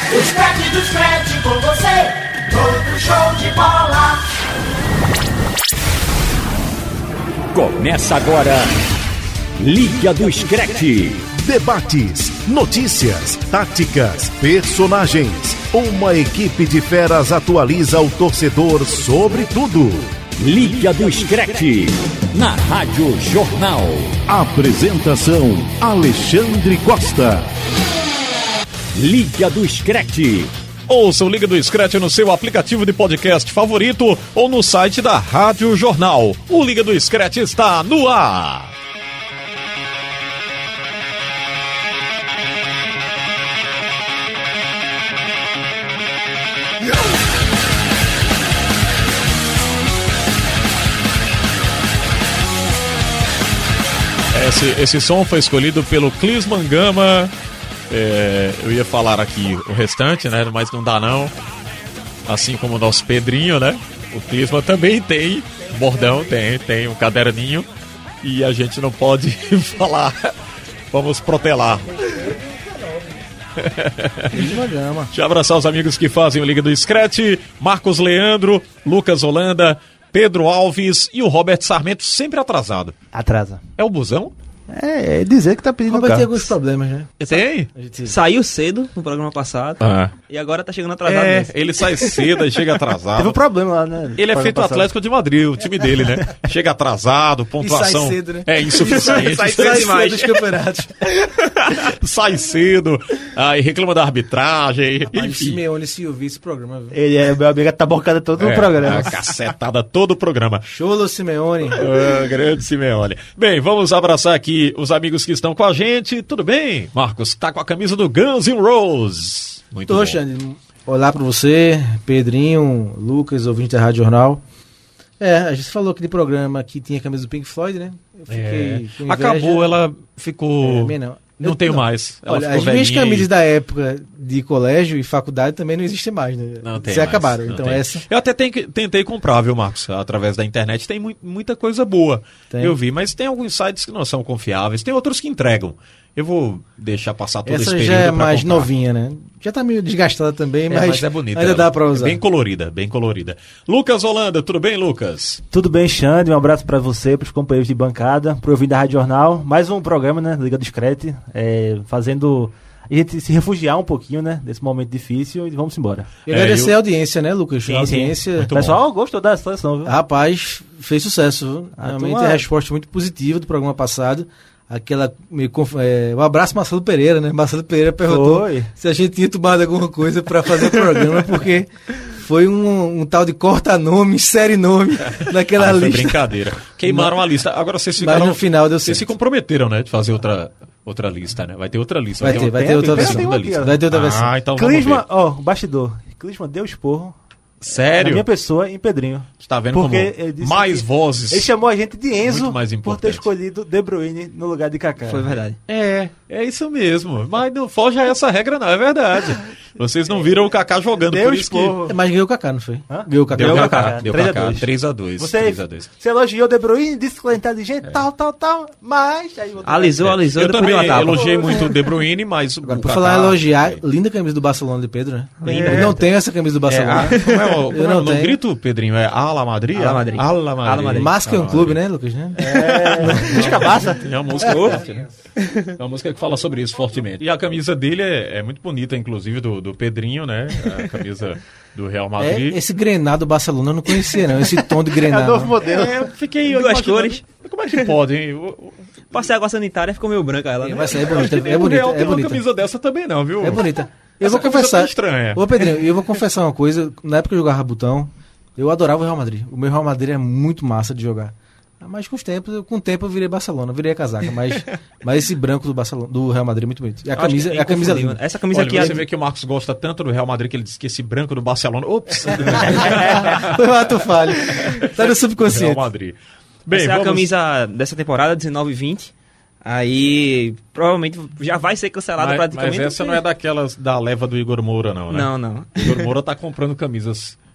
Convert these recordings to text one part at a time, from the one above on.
O Scratch do Scratch com você, todo show de bola. Começa agora, Liga do Scratch. Debates, notícias, táticas, personagens. Uma equipe de feras atualiza o torcedor sobre tudo. Liga do Scratch, na Rádio Jornal. Apresentação, Alexandre Costa. Liga do Scratch. Ouça o Liga do Scratch no seu aplicativo de podcast favorito ou no site da Rádio Jornal. O Liga do Scratch está no ar. Esse som foi escolhido pelo Clisman Gama. Eu ia falar aqui o restante, né? Mas não dá não. Assim como o nosso Pedrinho, né? O Clisman também tem bordão, tem um caderninho. E a gente não pode falar. Vamos protelar. Deixa eu abraçar os amigos que fazem o Liga do Scratch. Marcos Leandro, Lucas Holanda, Pedro Alves e o Robert Sarmento, sempre atrasado. Atrasa. É o busão? É dizer que tá pedindo Robert carro. tem alguns problemas, né? Tem? Saiu cedo no programa passado e agora tá chegando atrasado mesmo. Ele sai cedo e chega atrasado. Teve um problema lá, né? Ele é feito Atlético de Madrid, o time dele, né? Chega atrasado, pontuação. E sai cedo, né? É insuficiente. sai cedo dos campeonatos. Sai cedo, aí reclama da arbitragem. Rapaz, enfim. o Simeone se ouvir esse programa, viu? Ele é meu amigo, tá bocada todo o programa. A cacetada todo o programa. Cholo Simeone. Grande Simeone. Bem, vamos abraçar aqui os amigos que estão com a gente. Tudo bem? Marcos, tá com a camisa do Guns N' Roses. Muito bom. Xande, olá pra você, Pedrinho, Lucas, ouvinte da Rádio Jornal. A gente falou aqui de programa que tinha a camisa do Pink Floyd, né? Eu fiquei com inveja. Acabou, ela ficou... Não tenho mais. Ela olha, as minhas camisas da época de colégio e faculdade também não existem mais, né? Não tem Se mais, acabaram. não Então tem. essa... Eu até tentei comprar, viu, Marcos? Através da internet. Tem muita coisa boa. Eu vi, mas tem alguns sites que não são confiáveis. Tem outros que entregam. Eu vou deixar passar todo esse período. Essa já é mais comprar. novinha, né? Já tá meio desgastada também, mas é bonita. ainda dá pra usar. Bem colorida, bem colorida. Lucas Holanda, tudo bem, Lucas? Tudo bem, Xande? Um abraço pra você, pros companheiros de bancada, pro ouvinte da Rádio Jornal. Mais um programa, né? Liga do Scratch, fazendo a gente se refugiar um pouquinho, né? Desse momento difícil e vamos embora. E agradecer a audiência, né, Lucas? Sim, a audiência. O pessoal gostou da seleção, viu? Rapaz, fez sucesso, viu? Realmente a resposta muito positiva do programa passado. O abraço Marcelo Pereira, né? Marcelo Pereira perguntou se a gente tinha tomado alguma coisa para fazer o programa, porque foi um tal de corta-nome, série-nome naquela lista. Foi brincadeira. Queimaram a lista. Agora vocês ficaram... Mas no final deu certo. Vocês se comprometeram, né? De fazer outra lista, né? Vai ter outra lista. Vai ter outra versão. Vai ter outra versão. Então Clisman, bastidor. Clisman deu esporro. Sério? Na minha pessoa, em Pedrinho. Tá vendo porque como mais vozes. Ele chamou a gente de Enzo por ter escolhido De Bruyne no lugar de Kaká. Foi verdade. É isso mesmo. Mas não foge a essa regra, não. É verdade. Vocês não viram o Kaká jogando, deu por isso esporro. que... Mas ganhou o Kaká, não foi? Ganhou o Kaká. Deu Kaká. 3-2. Você elogiou De Bruyne, disse que ele é inteligente, tal, mas... Aí alisou. Eu também elogiei muito o De Bruyne, mas... Agora, por falar em elogiar, linda camisa do Barcelona de Pedro, né? Eu não tenho essa camisa do Barcelona. Como é o grito, Pedrinho? É Ala Madrid? Ala Madrid. Mas que é um clube, né, Lucas? Né? Música massa. É uma música forte, né? É uma música que fala sobre isso fortemente. E a camisa dele é muito bonita, inclusive, do Pedrinho, né? A camisa do Real Madrid. Esse grená do Barcelona eu não conhecia, não. Esse tom de grená. É novo modelo. Eu fiquei duas cores. Como é que pode, hein? Passei água sanitária e ficou meio branca ela, né? Mas é bonita. O Real tem uma camisa dessa também não, viu? É bonita. Eu vou confessar. Estranha. Ô, Pedrinho, eu vou confessar uma coisa. Na época que eu jogava botão, eu adorava o Real Madrid. O meu Real Madrid é muito massa de jogar. Mas com o tempo eu virei Barcelona, virei a casaca. Mas esse branco do Real Madrid é muito bonito. E a camisa linda. Essa camisa aqui. Você vê que o Marcos gosta tanto do Real Madrid que ele disse que esse branco do Barcelona. Ops! Foi um ato falho. Tá no subconsciente. Real Madrid. Bem, essa é a camisa dessa temporada, 19 e 20. Aí provavelmente já vai ser cancelada praticamente. Mas essa não é daquelas da leva do Igor Moura, não, né? Não. O Igor Moura tá comprando camisas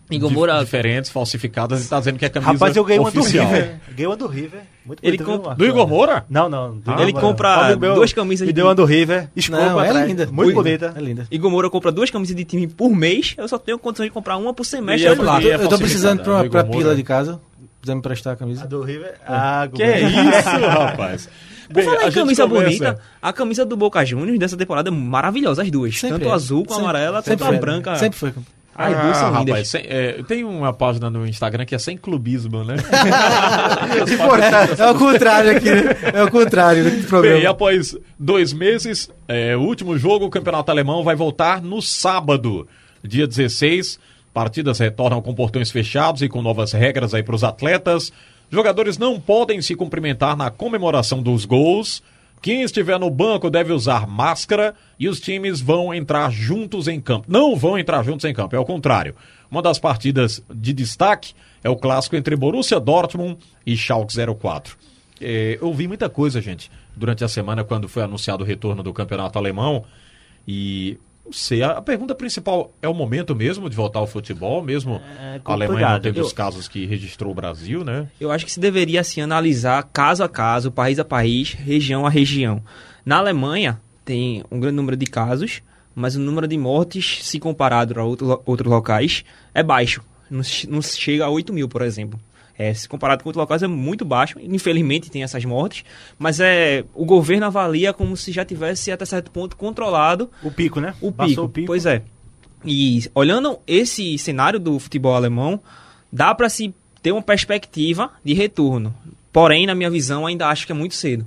Igor Moura... diferentes, falsificadas, e tá dizendo que é camisa Rapaz, eu ganhei uma oficial. do River. Ganhei uma do River. Muito bonita, do Igor Moura? Não. Ele compra duas camisas de... Me deu uma do River. Não, é linda. Muito bonita. É linda. Igor Moura compra 2 camisas de time por mês. Eu só tenho condição de comprar uma por semestre. Eu tô precisando pra pila de casa. Quiser me prestar a camisa. A do River? Que é isso, rapaz. Por falar em camisa bonita, a camisa do Boca Juniors dessa temporada é maravilhosa, as duas. Sempre tanto a azul como a amarela, quanto a branca. Sempre foi. As duas são lindas. Rapaz, tem uma página no Instagram que é sem clubismo, né? É o contrário aqui, né? É o contrário do programa. Bem, após 2 meses, o último jogo, o campeonato alemão vai voltar no sábado, dia 16. Partidas retornam com portões fechados e com novas regras aí para os atletas. Jogadores não podem se cumprimentar na comemoração dos gols. Quem estiver no banco deve usar máscara e os times vão entrar juntos em campo. Não vão entrar juntos em campo, é o contrário. Uma das partidas de destaque é o clássico entre Borussia Dortmund e Schalke 04. Eu vi muita coisa, gente, durante a semana quando foi anunciado o retorno do campeonato alemão. E não sei, a pergunta principal é o momento mesmo de voltar ao futebol, mesmo a Alemanha não teve os casos que registrou o Brasil, né? Eu acho que se deveria assim analisar caso a caso, país a país, região a região. Na Alemanha tem um grande número de casos, mas o número de mortes, se comparado a outros locais, é baixo. Não chega a 8 mil, por exemplo. Se comparado com outros locais é muito baixo, infelizmente tem essas mortes, mas o governo avalia como se já tivesse até certo ponto controlado o pico, né? O pico, pois é. E olhando esse cenário do futebol alemão, dá para se ter uma perspectiva de retorno, porém na minha visão ainda acho que é muito cedo.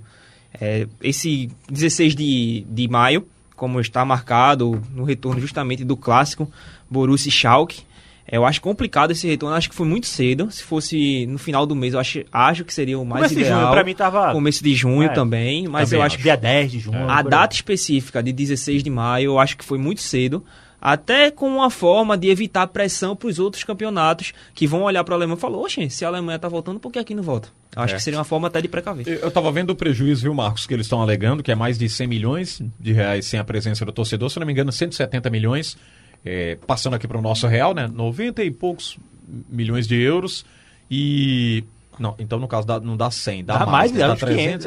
Esse 16 de maio, como está marcado no retorno justamente do clássico Borussia e Schalke, eu acho complicado esse retorno, acho que foi muito cedo. Se fosse no final do mês, eu acho que seria o mais começo ideal. De junho, pra mim tava... Começo de junho também, mas eu acho que... Dia 10 de junho. A data específica de 16 de maio, eu acho que foi muito cedo. Até com uma forma de evitar pressão para os outros campeonatos que vão olhar para a Alemanha e falar, oxe, se a Alemanha tá voltando, por que aqui não volta? Eu acho que seria uma forma até de precaver. Eu tava vendo o prejuízo, viu, Marcos, que eles estão alegando, que é mais de 100 milhões de reais sem a presença do torcedor, se não me engano, 170 milhões. Passando aqui para o nosso real, né? 90 e poucos milhões de euros e... Não, então no caso não dá 100, dá mais, dá 300,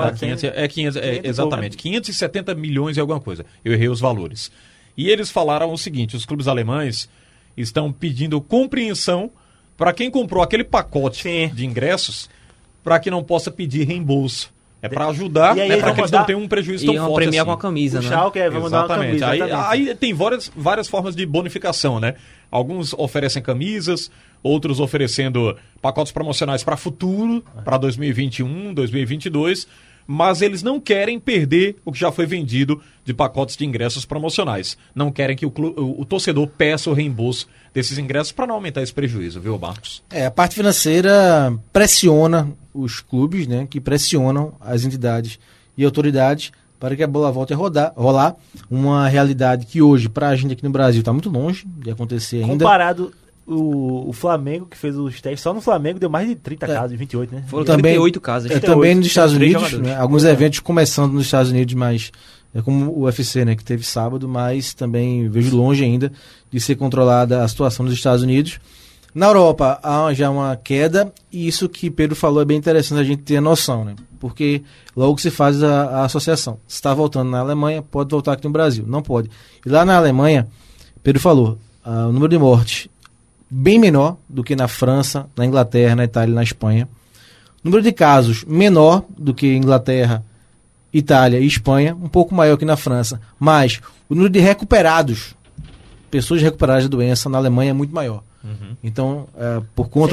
500, exatamente, 570 milhões e alguma coisa. Eu errei os valores. E eles falaram o seguinte, os clubes alemães estão pedindo compreensão para quem comprou aquele pacote de ingressos para que não possa pedir reembolso. É para ajudar, para que eles não tenham um prejuízo tão forte premiar assim. com a camisa, né? Schalke, vamos dar uma camisa. Aí tem várias formas de bonificação, né? Alguns oferecem camisas, outros oferecendo pacotes promocionais para futuro, para 2021, 2022, mas eles não querem perder o que já foi vendido de pacotes de ingressos promocionais. Não querem que o torcedor peça o reembolso desses ingressos para não aumentar esse prejuízo, viu, Marcos? A parte financeira pressiona os clubes, né, que pressionam as entidades e autoridades para que a bola volte a rolar. Uma realidade que hoje, para a gente aqui no Brasil, está muito longe de acontecer ainda. Comparado o Flamengo, que fez os testes, só no Flamengo deu mais de 30 casos, 28, né? Foram 38 casos. Também nos Estados Unidos, né, alguns eventos começando nos Estados Unidos, mas como o UFC, né, que teve sábado, mas também vejo longe ainda de ser controlada a situação nos Estados Unidos. Na Europa há já uma queda, e isso que Pedro falou é bem interessante a gente ter noção, né? Porque logo se faz a associação. Se está voltando na Alemanha, pode voltar aqui no Brasil. Não pode. E lá na Alemanha, Pedro falou, o número de mortes bem menor do que na França, na Inglaterra, na Itália e na Espanha. O número de casos menor do que Inglaterra, Itália e Espanha, um pouco maior que na França. Mas o número de recuperados, pessoas recuperadas da doença na Alemanha é muito maior. Uhum. Então, por conta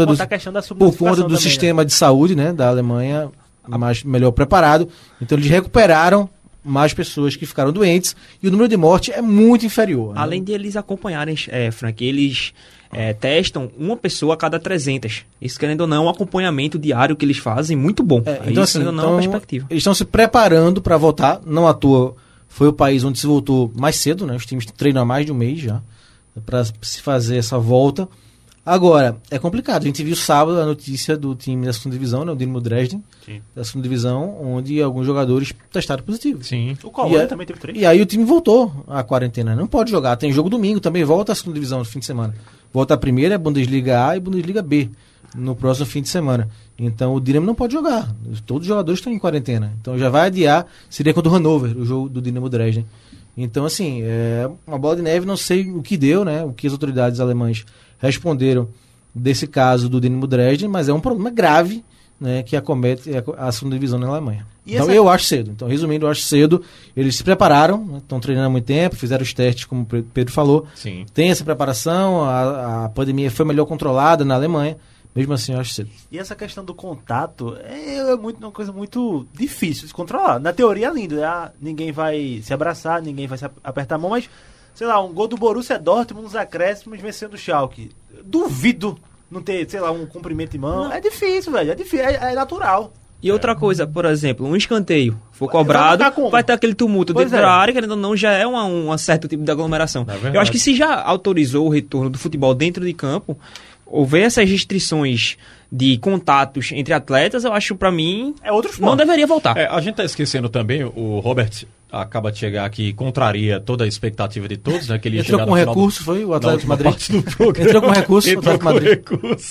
do sistema de saúde, né, da Alemanha melhor preparado, então eles recuperaram mais pessoas que ficaram doentes e o número de morte é muito inferior. Né? Além de eles acompanharem, Frank, eles testam uma pessoa a cada 300. Isso, querendo ou não, é um acompanhamento diário que eles fazem muito bom. Então, assim, perspectiva. Eles estão se preparando para voltar, não à toa foi o país onde se voltou mais cedo, né? Os times treinam há mais de um mês já para se fazer essa volta. Agora, é complicado. A gente viu sábado a notícia do time da segunda divisão, né, o Dinamo Dresden, da segunda divisão, onde alguns jogadores testaram positivo. Sim. O Colônia também teve 3. E aí o time voltou à quarentena. Não pode jogar. Tem jogo domingo, também volta a segunda divisão no fim de semana. Volta a primeira, é Bundesliga A e Bundesliga B no próximo fim de semana. Então o Dinamo não pode jogar. Todos os jogadores estão em quarentena. Então já vai adiar. Seria contra o Hannover, o jogo do Dinamo Dresden. Então, assim, é uma bola de neve. Não sei o que deu, né? O que as autoridades alemãs responderam desse caso do Dinamo Dresden, mas é um problema grave, né, que acomete a segunda divisão na Alemanha. Então eu acho cedo. Então, resumindo, eu acho cedo. Eles se prepararam, né, estão treinando há muito tempo, fizeram os testes, como o Pedro falou. Sim. Tem essa preparação, a pandemia foi melhor controlada na Alemanha. Mesmo assim, eu acho cedo. E essa questão do contato é uma coisa muito difícil de controlar. Na teoria é lindo, né? Ninguém vai se abraçar, ninguém vai se apertar a mão, mas, sei lá, um gol do Borussia Dortmund nos acréscimos vencendo o Schalke. Duvido não ter, sei lá, um cumprimento de mão. Não. É difícil, velho. É difícil, é natural. E outra coisa, por exemplo, um escanteio for cobrado, vai ter aquele tumulto dentro da área, querendo ou não, já é um certo tipo de aglomeração. Eu acho que se já autorizou o retorno do futebol dentro de campo, houver essas restrições de contatos entre atletas, eu acho, pra mim, não deveria voltar. A gente tá esquecendo também, o Robert acaba de chegar aqui e contraria toda a expectativa de todos, né? Que ele entrou com recurso, foi o Atlético de Madrid. Entrou com recurso, o Atlético de Madrid.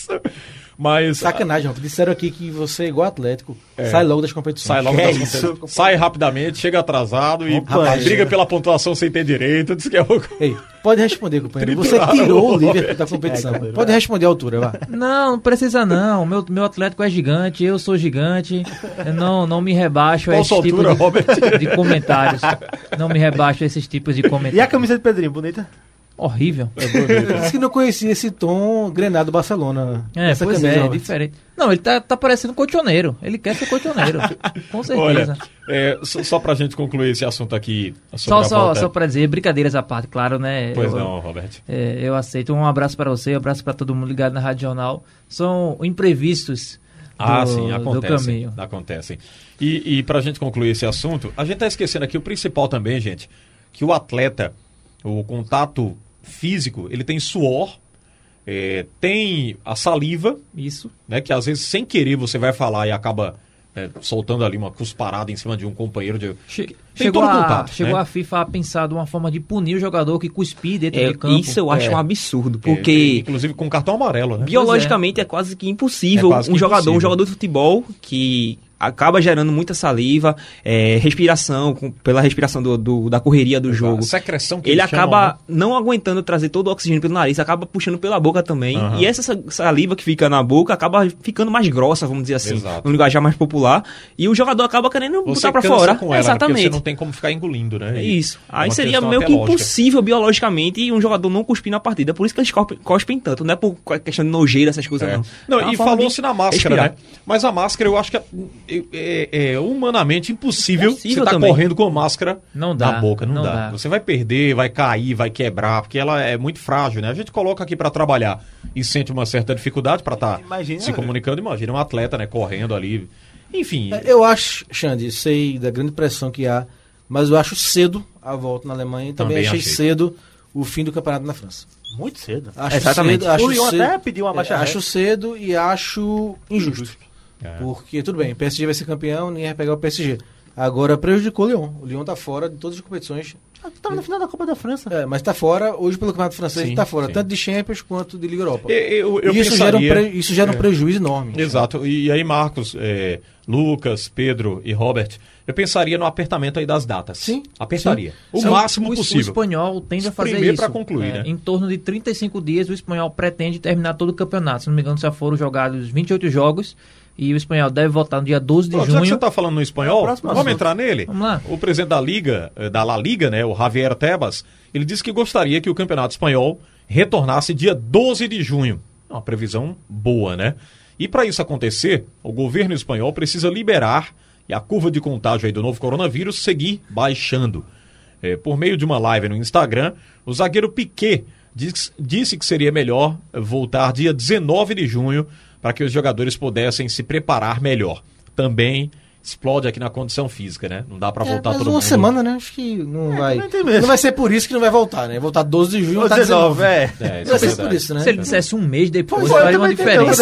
Mas, sacanagem, disseram aqui que você é igual Atlético, sai logo das competições. Sai logo das competições. Sai rapidamente, chega atrasado e briga pela pontuação sem ter direito. Diz que é o... Ei, pode responder, companheiro. Você tirou o Liverpool da competição. Pode responder a altura, vá. Não precisa não. Meu Atlético é gigante, eu sou gigante. Eu não me rebaixo a esse tipo de comentários. Não me rebaixo a esses tipos de comentários. E a camisa de Pedrinho, bonita? Horrível. Disse que não conhecia esse tom Grenado Barcelona. Pois é diferente. Não, ele tá parecendo colchoneiro. Ele quer ser colchoneiro. Com certeza. Olha, só pra gente concluir esse assunto aqui. Só pra dizer, brincadeiras à parte, claro, né? Pois não, Robert. Eu aceito. Um abraço pra você, um abraço pra todo mundo ligado na Rádio Jornal. São imprevistos do caminho. Acontecem. E pra gente concluir esse assunto, a gente tá esquecendo aqui o principal também, gente, que o atleta, o contato físico, ele tem suor, tem a saliva, isso, né, que às vezes sem querer você vai falar e acaba soltando ali uma cusparada em cima de um companheiro. Chegou a FIFA a pensar de uma forma de punir o jogador que cuspir dentro de campo. Isso eu acho um absurdo, porque... inclusive com cartão amarelo, né? Biologicamente é quase que impossível um jogador de futebol que acaba gerando muita saliva, respiração, pela respiração da correria do jogo. Secreção que ele acaba não aguentando trazer todo o oxigênio pelo nariz, acaba puxando pela boca também. E essa saliva que fica na boca acaba ficando mais grossa, vamos dizer assim, no linguajar mais popular. E o jogador acaba querendo botar pra fora. Com ela, exatamente. Você não tem como ficar engolindo, né? Isso. Aí seria meio que impossível biologicamente um jogador não cuspir na partida. Por isso que eles cospem tanto. não é por questão de nojeira, essas coisas, não. E falou-se na máscara, né? Mas a máscara eu acho que é humanamente impossível você estar correndo com máscara na boca. Não dá. Você vai perder, vai cair, vai quebrar, porque ela é muito frágil, né? A gente coloca aqui para trabalhar e sente uma certa dificuldade para estar se comunicando. Imagina um atleta, né, correndo ali. Enfim. Eu acho, Xande, sei da grande pressão que há, mas eu acho cedo a volta na Alemanha e também achei cedo o fim do campeonato na França. Muito cedo. Exatamente. O Lyon até pediu uma baixa. Acho cedo e acho injusto. Porque, tudo bem, o PSG vai ser campeão, ninguém vai pegar o PSG. Agora prejudicou o Lyon. O Lyon tá fora de todas as competições. Tava no final da Copa da França. Mas tá fora, hoje pelo Campeonato Francês, tá fora, tanto de Champions quanto de Liga Europa. Isso gera um prejuízo enorme. Exato. E aí, Marcos, Lucas, Pedro e Robert, eu pensaria no apertamento aí das datas. Sim. Apertaria. O máximo possível. O espanhol tende a fazer isso. Para concluir, né? Em torno de 35 dias, o espanhol pretende terminar todo o campeonato. Se não me engano, já foram jogados 28 jogos. E o espanhol deve voltar no dia 12 de junho. Já que você está falando no espanhol, vamos entrar nele? Vamos lá. O presidente da La Liga, né, o Javier Tebas, ele disse que gostaria que o campeonato espanhol retornasse dia 12 de junho. Uma previsão boa, né? E para isso acontecer, o governo espanhol precisa liberar e a curva de contágio aí do novo coronavírus seguir baixando. Por meio de uma live no Instagram, o zagueiro Piqué disse que seria melhor voltar dia 19 de junho para que os jogadores pudessem se preparar melhor. Também explode aqui na condição física, né? Não dá pra voltar todo mundo. Uma semana, né? Acho que não vai. Não vai ser por isso que não vai voltar, né? Vai voltar 12 de junho, tá 19. Isso vai ser por isso, né? Se ele dissesse um mês depois, faria uma diferença.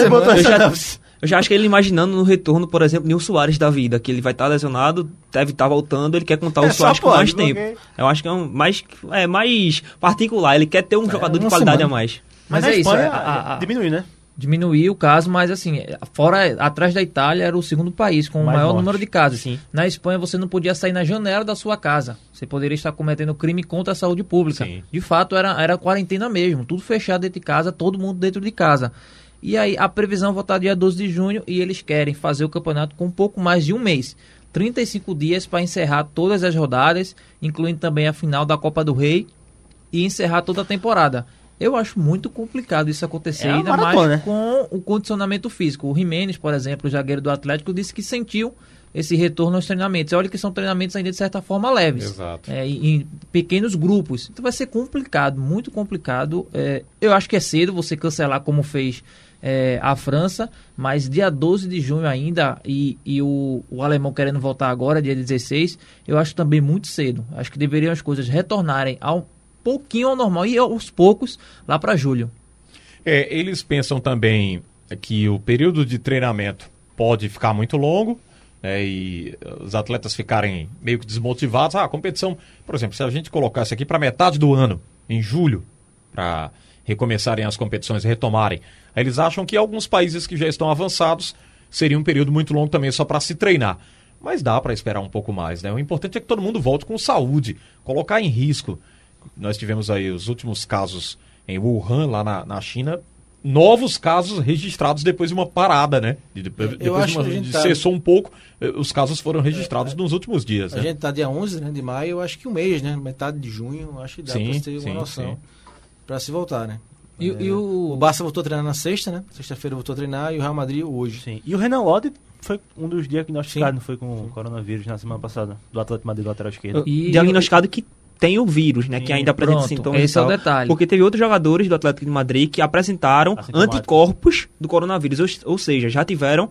Eu já acho que ele imaginando no retorno, por exemplo, Nil Soares da vida, que ele vai estar lesionado, deve estar voltando, ele quer contar o Soares com mais tempo. Eu acho que é mais particular, ele quer ter um jogador de qualidade a mais. Mas é isso, diminuir, né? Diminuir o caso, mas assim, atrás da Itália era o segundo país com o maior número de casos. Sim. Na Espanha você não podia sair na janela da sua casa. Você poderia estar cometendo crime contra a saúde pública. Sim. De fato, era quarentena mesmo, tudo fechado dentro de casa, todo mundo dentro de casa. E aí a previsão vai estar dia 12 de junho e eles querem fazer o campeonato com um pouco mais de um mês. 35 dias para encerrar todas as rodadas, incluindo também a final da Copa do Rei e encerrar toda a temporada. Eu acho muito complicado isso acontecer, ainda mais com o condicionamento físico. O Jimenez, por exemplo, o zagueiro do Atlético, disse que sentiu esse retorno aos treinamentos. Olha que são treinamentos ainda de certa forma leves. Exato. Em pequenos grupos. Então vai ser complicado, muito complicado. Eu acho que é cedo você cancelar como fez a França, mas dia 12 de junho ainda, e o alemão querendo voltar agora, dia 16, eu acho também muito cedo. Acho que deveriam as coisas retornarem pouquinho ao normal e aos poucos lá para julho. Eles pensam também que o período de treinamento pode ficar muito longo, e os atletas ficarem meio que desmotivados. A competição, por exemplo, se a gente colocasse aqui para metade do ano, em julho, para recomeçarem as competições e retomarem, aí eles acham que alguns países que já estão avançados seria um período muito longo também só para se treinar. Mas dá para esperar um pouco mais, né? O importante é que todo mundo volte com saúde, colocar em risco. Nós tivemos aí os últimos casos em Wuhan, lá na China, novos casos registrados depois de uma parada, né? Cessou um pouco, os casos foram registrados nos últimos dias. A gente está dia 11, né, de maio, eu acho que um mês, né? Metade de junho, acho que dá para ter uma noção para se voltar, né? O Barça voltou a treinar na sexta, né? Sexta-feira voltou a treinar e o Real Madrid hoje. Sim. E o Renan Lodi foi um dos diagnosticados, não foi com o coronavírus na semana passada, do Atlético Madrid, lateral esquerdo. Diagnosticado que tem o vírus, né? Que ainda apresenta sintomas. Esse é o detalhe. Porque teve outros jogadores do Atlético de Madrid que apresentaram anticorpos do coronavírus, ou seja, já tiveram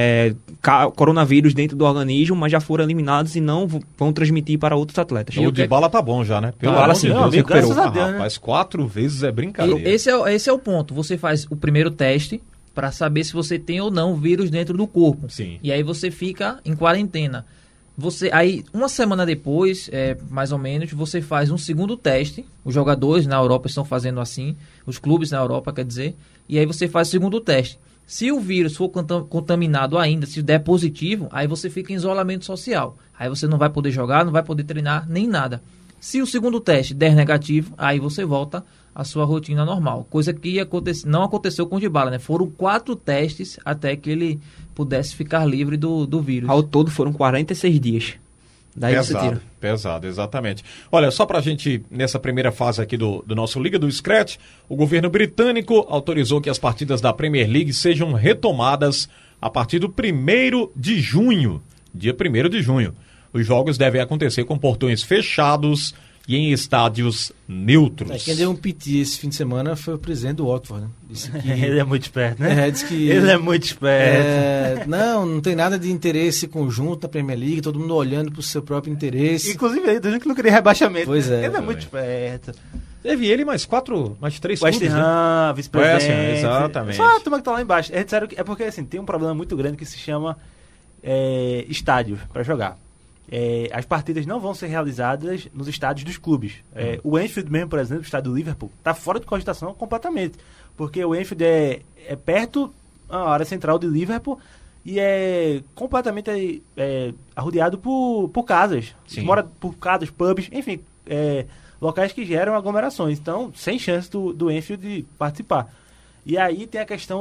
coronavírus dentro do organismo, mas já foram eliminados e não vão transmitir para outros atletas. O Dybala tá bom já, né? Dybala sim, graças a Deus, rapaz, 4 vezes é brincadeira. Esse é o ponto. Você faz o primeiro teste para saber se você tem ou não vírus dentro do corpo. Sim. E aí você fica em quarentena. Aí, uma semana depois, mais ou menos, você faz um segundo teste. Os jogadores na Europa estão fazendo assim, os clubes na Europa, quer dizer. E aí você faz o segundo teste. Se o vírus for contaminado ainda, se der positivo, aí você fica em isolamento social. Aí você não vai poder jogar, não vai poder treinar, nem nada. Se o segundo teste der negativo, aí você volta à sua rotina normal. Coisa que não aconteceu com o Dybala, né? Foram 4 testes até que ele pudesse ficar livre do vírus. Ao todo foram 46 dias. Daí Pesado, exatamente. Olha, só pra gente, nessa primeira fase aqui do nosso Liga do Scratch, o governo britânico autorizou que as partidas da Premier League sejam retomadas a partir do 1º de junho. Dia 1º de junho. Os jogos devem acontecer com portões fechados e em estádios neutros. Quem deu um piti esse fim de semana foi o presidente do Watford, né? Disse que... Ele é muito esperto, né? Disse que... Ele é muito esperto. Não tem nada de interesse conjunto na Premier League, todo mundo olhando pro seu próprio interesse. Inclusive ele dizendo que não queria rebaixamento. Pois é. Ele é muito esperto. Teve ele mais 3 West Ham, vice-presidente. Exatamente. Só a turma que tá lá embaixo. É porque assim, tem um problema muito grande que se chama estádio para jogar. As partidas não vão ser realizadas nos estádios dos clubes. O Anfield mesmo, por exemplo, o estádio do Liverpool, está fora de cogitação completamente. Porque o Anfield é perto da área central de Liverpool e é completamente arrodeado por casas. Mora por casas, pubs, enfim, locais que geram aglomerações. Então, sem chance do Anfield de participar. E aí tem a questão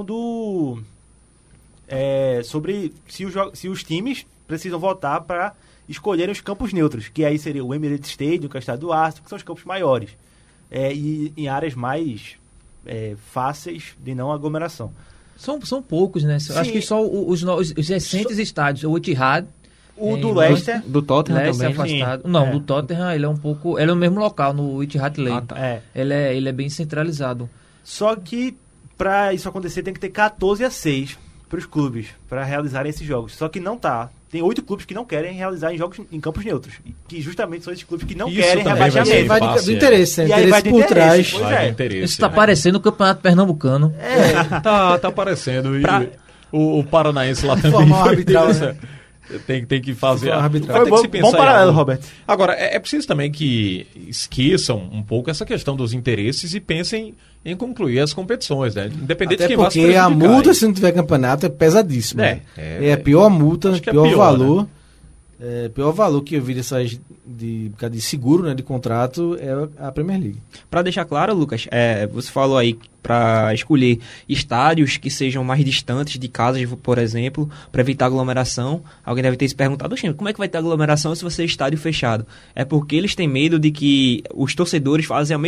sobre se os times precisam votar para escolherem os campos neutros, que aí seria o Emirates Stadium, que é o estádio do Arsenal, que são os campos maiores, e em áreas mais fáceis de não aglomeração. São poucos, né? Sim. Acho que só os recentes estádios, o Etihad, o do Leicester, do Tottenham Leicester também. Afastado. Não, do Tottenham ele é um pouco, ele é no mesmo local, no Etihad Lane. Ele é bem centralizado. Só que para isso acontecer tem que ter 14-6 para os clubes, para realizarem esses jogos. Só que não tá tem 8 clubes que não querem realizar em jogos em campos neutros. Que justamente são esses clubes que não Isso querem também rebaixamento. Vai do interesse, né? Interesse por trás. Isso tá parecendo o Campeonato Pernambucano. Tá parecendo. O Paranaense lá também. Formar um arbitral, né? Tem que fazer. Foi bom paralelo, Roberto. Agora, é preciso também que esqueçam um pouco essa questão dos interesses e pensem em concluir as competições, né? Independente Até de quem vá se porque a prejudicar. multa, se não tiver campeonato, é pesadíssima. É a pior multa, pior valor. Né? Pior valor que eu vi dessas de seguro, né, de contrato, é a Premier League. Para deixar claro, Lucas, você falou aí para escolher estádios que sejam mais distantes de casas, por exemplo, para evitar aglomeração. Alguém deve ter se perguntado, como é que vai ter aglomeração se você é estádio fechado? É porque eles têm medo de que os torcedores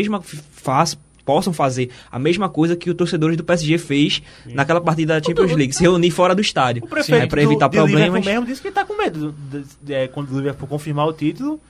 possam fazer a mesma coisa que os torcedores do PSG fez naquela partida da Champions League, se reunir fora do estádio. O prefeito para evitar problemas. mesmo disse que está com medo quando o Liverpool confirmar o título,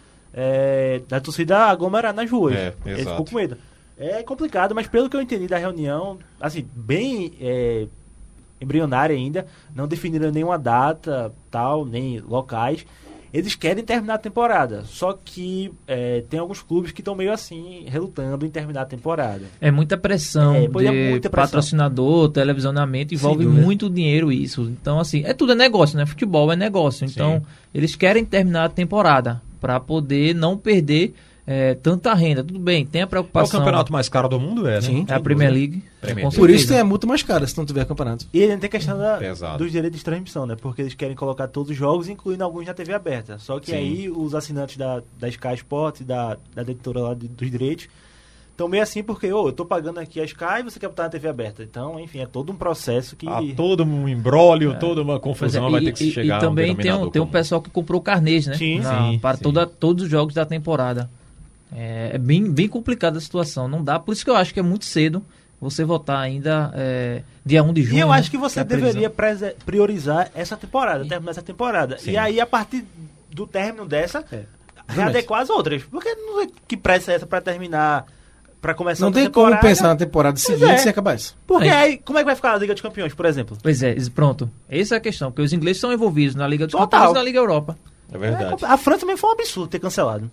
da torcida aglomerar nas ruas. Ele ficou com medo. É complicado, mas pelo que eu entendi da reunião, assim, bem embrionária ainda, não definiram nenhuma data, tal, nem locais. Eles querem terminar a temporada, só que tem alguns clubes que estão meio assim, relutando em terminar a temporada. É muita pressão de patrocinador, televisionamento, envolve muito dinheiro isso. Então, assim, tudo é negócio, né? Futebol é negócio. Então, eles querem terminar a temporada para poder não perder tanta renda. Tudo bem, tem a preocupação. É o campeonato mais caro do mundo, né? Sim, é a Premier League. Por isso tem a multa mais cara, se não tiver campeonato. E ainda tem questão dos direitos de transmissão, né? Porque eles querem colocar todos os jogos, incluindo alguns na TV aberta. Só que aí os assinantes da Sky Sports, da editora lá dos direitos, estão meio assim porque, eu tô pagando aqui a Sky e você quer botar na TV aberta. Então, enfim, é todo um processo que... todo um imbróglio, toda uma confusão vai ter que se chegar e também tem um pessoal que comprou carnês, né? Para todos os jogos da temporada. É bem complicada a situação, não dá, por isso que eu acho que é muito cedo você votar ainda dia 1 de junho. E eu acho que você deveria priorizar essa temporada, terminar essa temporada. E aí, a partir do término dessa, readequar as outras. Porque não é que pressa é essa para terminar, para começar a temporada. Não tem como pensar na temporada seguinte sem acabar isso. Porque aí, como é que vai ficar a Liga dos Campeões, por exemplo? Pois pronto. Essa é a questão, porque os ingleses são envolvidos na Liga dos Campeões e na Liga Europa. É verdade. A França também foi um absurdo ter cancelado.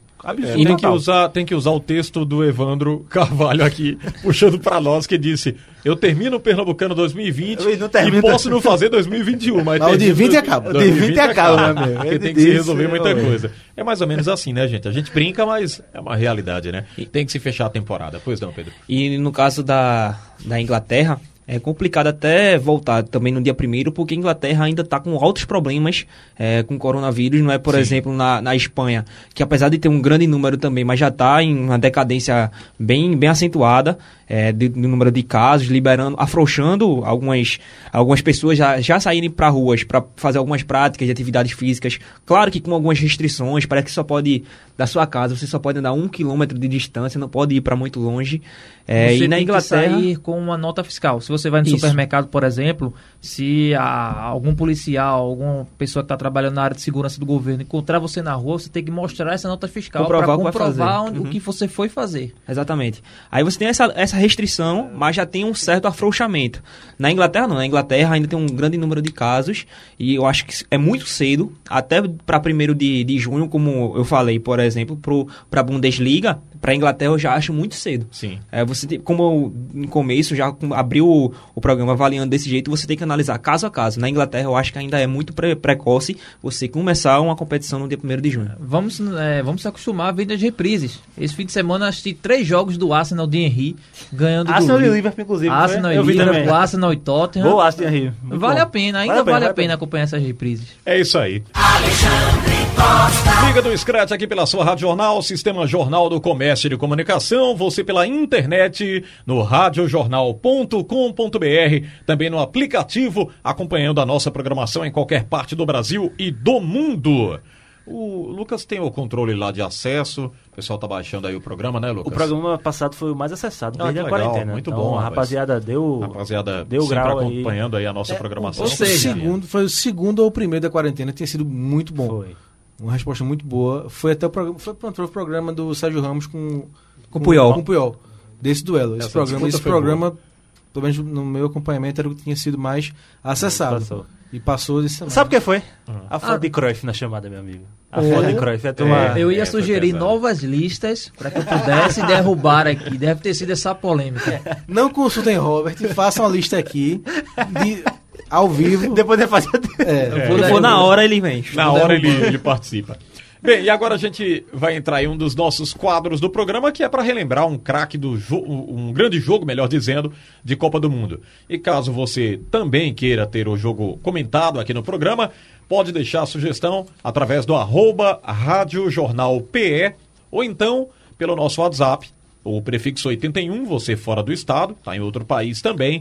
E tem que usar o texto do Evandro Carvalho aqui, puxando para nós, que disse: eu termino o Pernambucano 2020 e posso não fazer 2021. Mas o de 20 acaba. O de 20 acaba, né, meu? Porque tem que se resolver muita coisa. É mais ou menos assim, né, gente? A gente brinca, mas é uma realidade, né? Tem que se fechar a temporada. Pois não, Pedro? E no caso da Inglaterra, é complicado até voltar também no dia 1º, porque a Inglaterra ainda está com altos problemas com coronavírus. Não é, por exemplo, na Espanha, que apesar de ter um grande número também, mas já está em uma decadência bem acentuada de número de casos, afrouxando algumas pessoas já saírem para ruas para fazer algumas práticas de atividades físicas. Claro que com algumas restrições, parece que só pode, da sua casa, você só pode andar 1 quilômetro de distância, não pode ir para muito longe. E na Inglaterra, sair com uma nota fiscal. Se você vai no supermercado, por exemplo, se algum policial, alguma pessoa que está trabalhando na área de segurança do governo encontrar você na rua, você tem que mostrar essa nota fiscal para comprovar o que você foi fazer. Exatamente. Aí você tem essa restrição, mas já tem um certo afrouxamento. Na Inglaterra não. Na Inglaterra ainda tem um grande número de casos e eu acho que é muito cedo, até para 1º de junho, como eu falei, por exemplo, para a Bundesliga, para a Inglaterra eu já acho muito cedo. Sim. Como no começo já abriu o programa avaliando desse jeito, você tem que analisar caso a caso. Na Inglaterra eu acho que ainda é muito precoce você começar uma competição no dia 1º de junho. Vamos se acostumar a ver as reprises. Esse fim de semana assisti 3 jogos do Arsenal de Henry ganhando Arsenal e Liverpool, inclusive. Arsenal e Liverpool, Arsenal e Tottenham. Boa, Arsenal e Henry. Vale a pena, ainda vale a pena acompanhar essas reprises. É isso aí. Liga do Scratch aqui pela sua Rádio Jornal, Sistema Jornal do Comércio e de Comunicação, você pela internet no radiojornal.com.br, também no aplicativo, acompanhando a nossa programação em qualquer parte do Brasil e do mundo. O Lucas tem o controle lá de acesso, o pessoal tá baixando aí o programa, né, Lucas? O programa passado foi o mais acessado desde a quarentena. Muito então, bom, a rapaziada deu grau acompanhando aí a nossa programação. Ou seja, foi o segundo ou o primeiro da quarentena, tinha sido muito bom. Foi. Uma resposta muito boa. Foi até o programa do Sérgio Ramos com o Puyol. Com o Puyol, desse duelo. Esse programa, pelo menos no meu acompanhamento, era o que tinha sido mais acessado. E passou disso também. Sabe o que foi? A foto de Cruyff na chamada, meu amigo. A foto de Cruyff. Eu ia sugerir novas listas para que eu pudesse derrubar aqui. Deve ter sido essa polêmica. Não consultem Robert, façam uma lista aqui ao vivo. Depois de fazer... Na hora ele vem. Na hora ele participa. Bem, e agora a gente vai entrar em um dos nossos quadros do programa, que é para relembrar um craque um grande jogo, melhor dizendo, de Copa do Mundo. E caso você também queira ter o jogo comentado aqui no programa, pode deixar a sugestão através do @Rádio Jornal PE, ou então pelo nosso WhatsApp, o prefixo 81, você fora do estado, está em outro país também,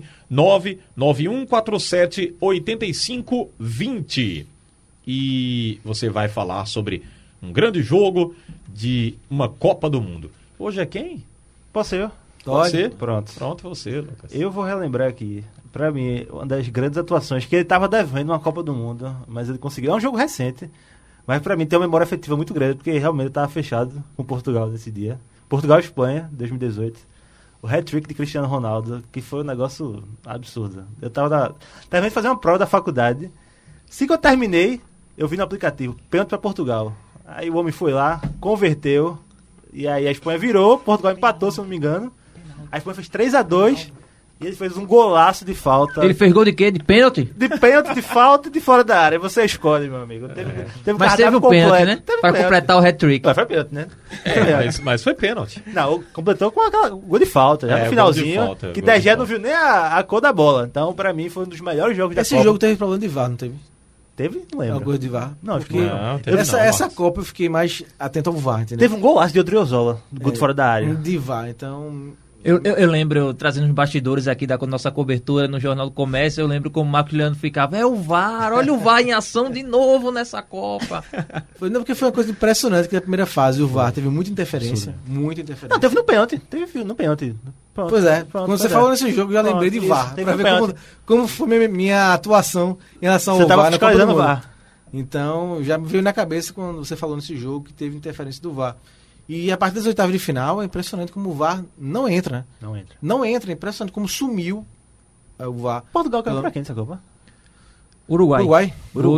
991478520. E você vai falar sobre um grande jogo de uma Copa do Mundo. Hoje é quem? Posso ser eu? Pode ser? Pronto, você, Lucas. Eu vou relembrar aqui, pra mim, uma das grandes atuações, que ele tava devendo uma Copa do Mundo, mas ele conseguiu. É um jogo recente, mas pra mim tem uma memória afetiva muito grande, porque realmente eu tava fechado com Portugal nesse dia. Portugal e Espanha, 2018. O hat-trick de Cristiano Ronaldo, que foi um negócio absurdo. Eu tava terminando de fazer uma prova da faculdade. Assim que eu terminei, eu vi no aplicativo, pênalti pra Portugal. Aí o homem foi lá, converteu, e aí a Espanha virou, Portugal empatou, se eu não me engano. A Espanha fez 3-2, e ele fez um golaço de falta. Ele fez gol de quê? De pênalti? De pênalti, de falta e de fora da área. Você escolhe, meu amigo. Mas teve o pênalti, né? Para completar o hat-trick. Foi pênalti, né? Mas foi pênalti. Não, completou com aquela gol de falta, já no finalzinho, falta, que De Gea não viu nem a cor da bola. Então, pra mim, foi um dos melhores jogos da Copa. Esse jogo teve problema de VAR, não teve? Teve? Não lembro. Alguma coisa de VAR? Não, acho que não. Essa Copa eu fiquei mais atento ao VAR, entendeu? Teve um golaço de Odriozola, gol de fora da área. De VAR, então... Eu lembro, trazendo os bastidores aqui da nossa cobertura no Jornal do Comércio, eu lembro como o Marcos Leandro ficava, o VAR, olha o VAR em ação de novo nessa Copa. Porque foi uma coisa impressionante que na primeira fase o VAR teve muita interferência. Muita interferência. Não, teve no pênalti. Pronto, pois é, quando você falou nesse jogo, eu já lembrei de VAR. Pra ver como foi minha atuação em relação ao VAR na Copa do Mundo. Então, já me veio na cabeça quando você falou nesse jogo que teve interferência do VAR. E a partir das oitavas de final, é impressionante como o VAR não entra, né? Não entra, é impressionante como sumiu o VAR. Portugal caiu pra quem nessa Copa? Uruguai.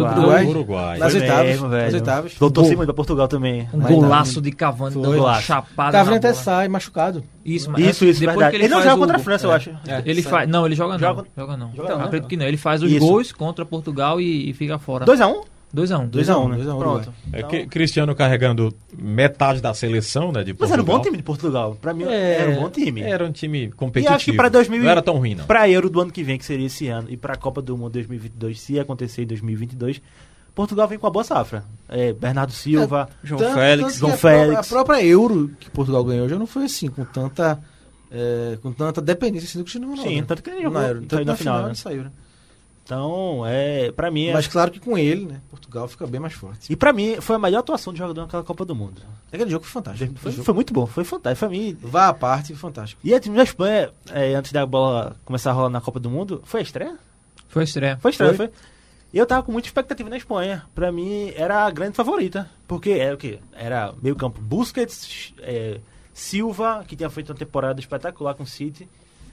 Nas oitavas. Eu torci muito pra Portugal também. Um golaço de Cavani dando uma chapada. Cavani até sai machucado. Isso. Depois que ele não joga contra a França, eu acho. Ele faz. Não, ele joga não. Então, acredito que não. Ele faz os gols contra Portugal e fica fora. 2-1? 2-1, né? Pronto. Então... Cristiano carregando metade da seleção, né, de Portugal. Mas era um bom time de Portugal. Pra mim, era um bom time. Era um time competitivo. E acho que pra 2020... Não era tão ruim, não. Pra Euro do ano que vem, que seria esse ano, e pra Copa do Mundo 2022, se acontecer em 2022, Portugal vem com a boa safra. Bernardo Silva, João Félix. A própria Euro que Portugal ganhou já não foi assim, com tanta dependência assim, do Cristiano Ronaldo. Sim, tanto que ele jogou na final, né? Saiu, né? Então, pra mim... Mas claro que com ele, né, Portugal fica bem mais forte. E pra mim, foi a melhor atuação de jogador naquela Copa do Mundo. Aquele jogo foi fantástico. Foi muito bom, foi fantástico. Pra mim... Vá à parte, fantástico. E a time da Espanha, antes da bola começar a rolar na Copa do Mundo, foi a estreia? Foi a estreia. Foi. E eu tava com muita expectativa na Espanha. Pra mim, era a grande favorita. Porque era o quê? Era meio campo Busquets, Silva, que tinha feito uma temporada espetacular com o City,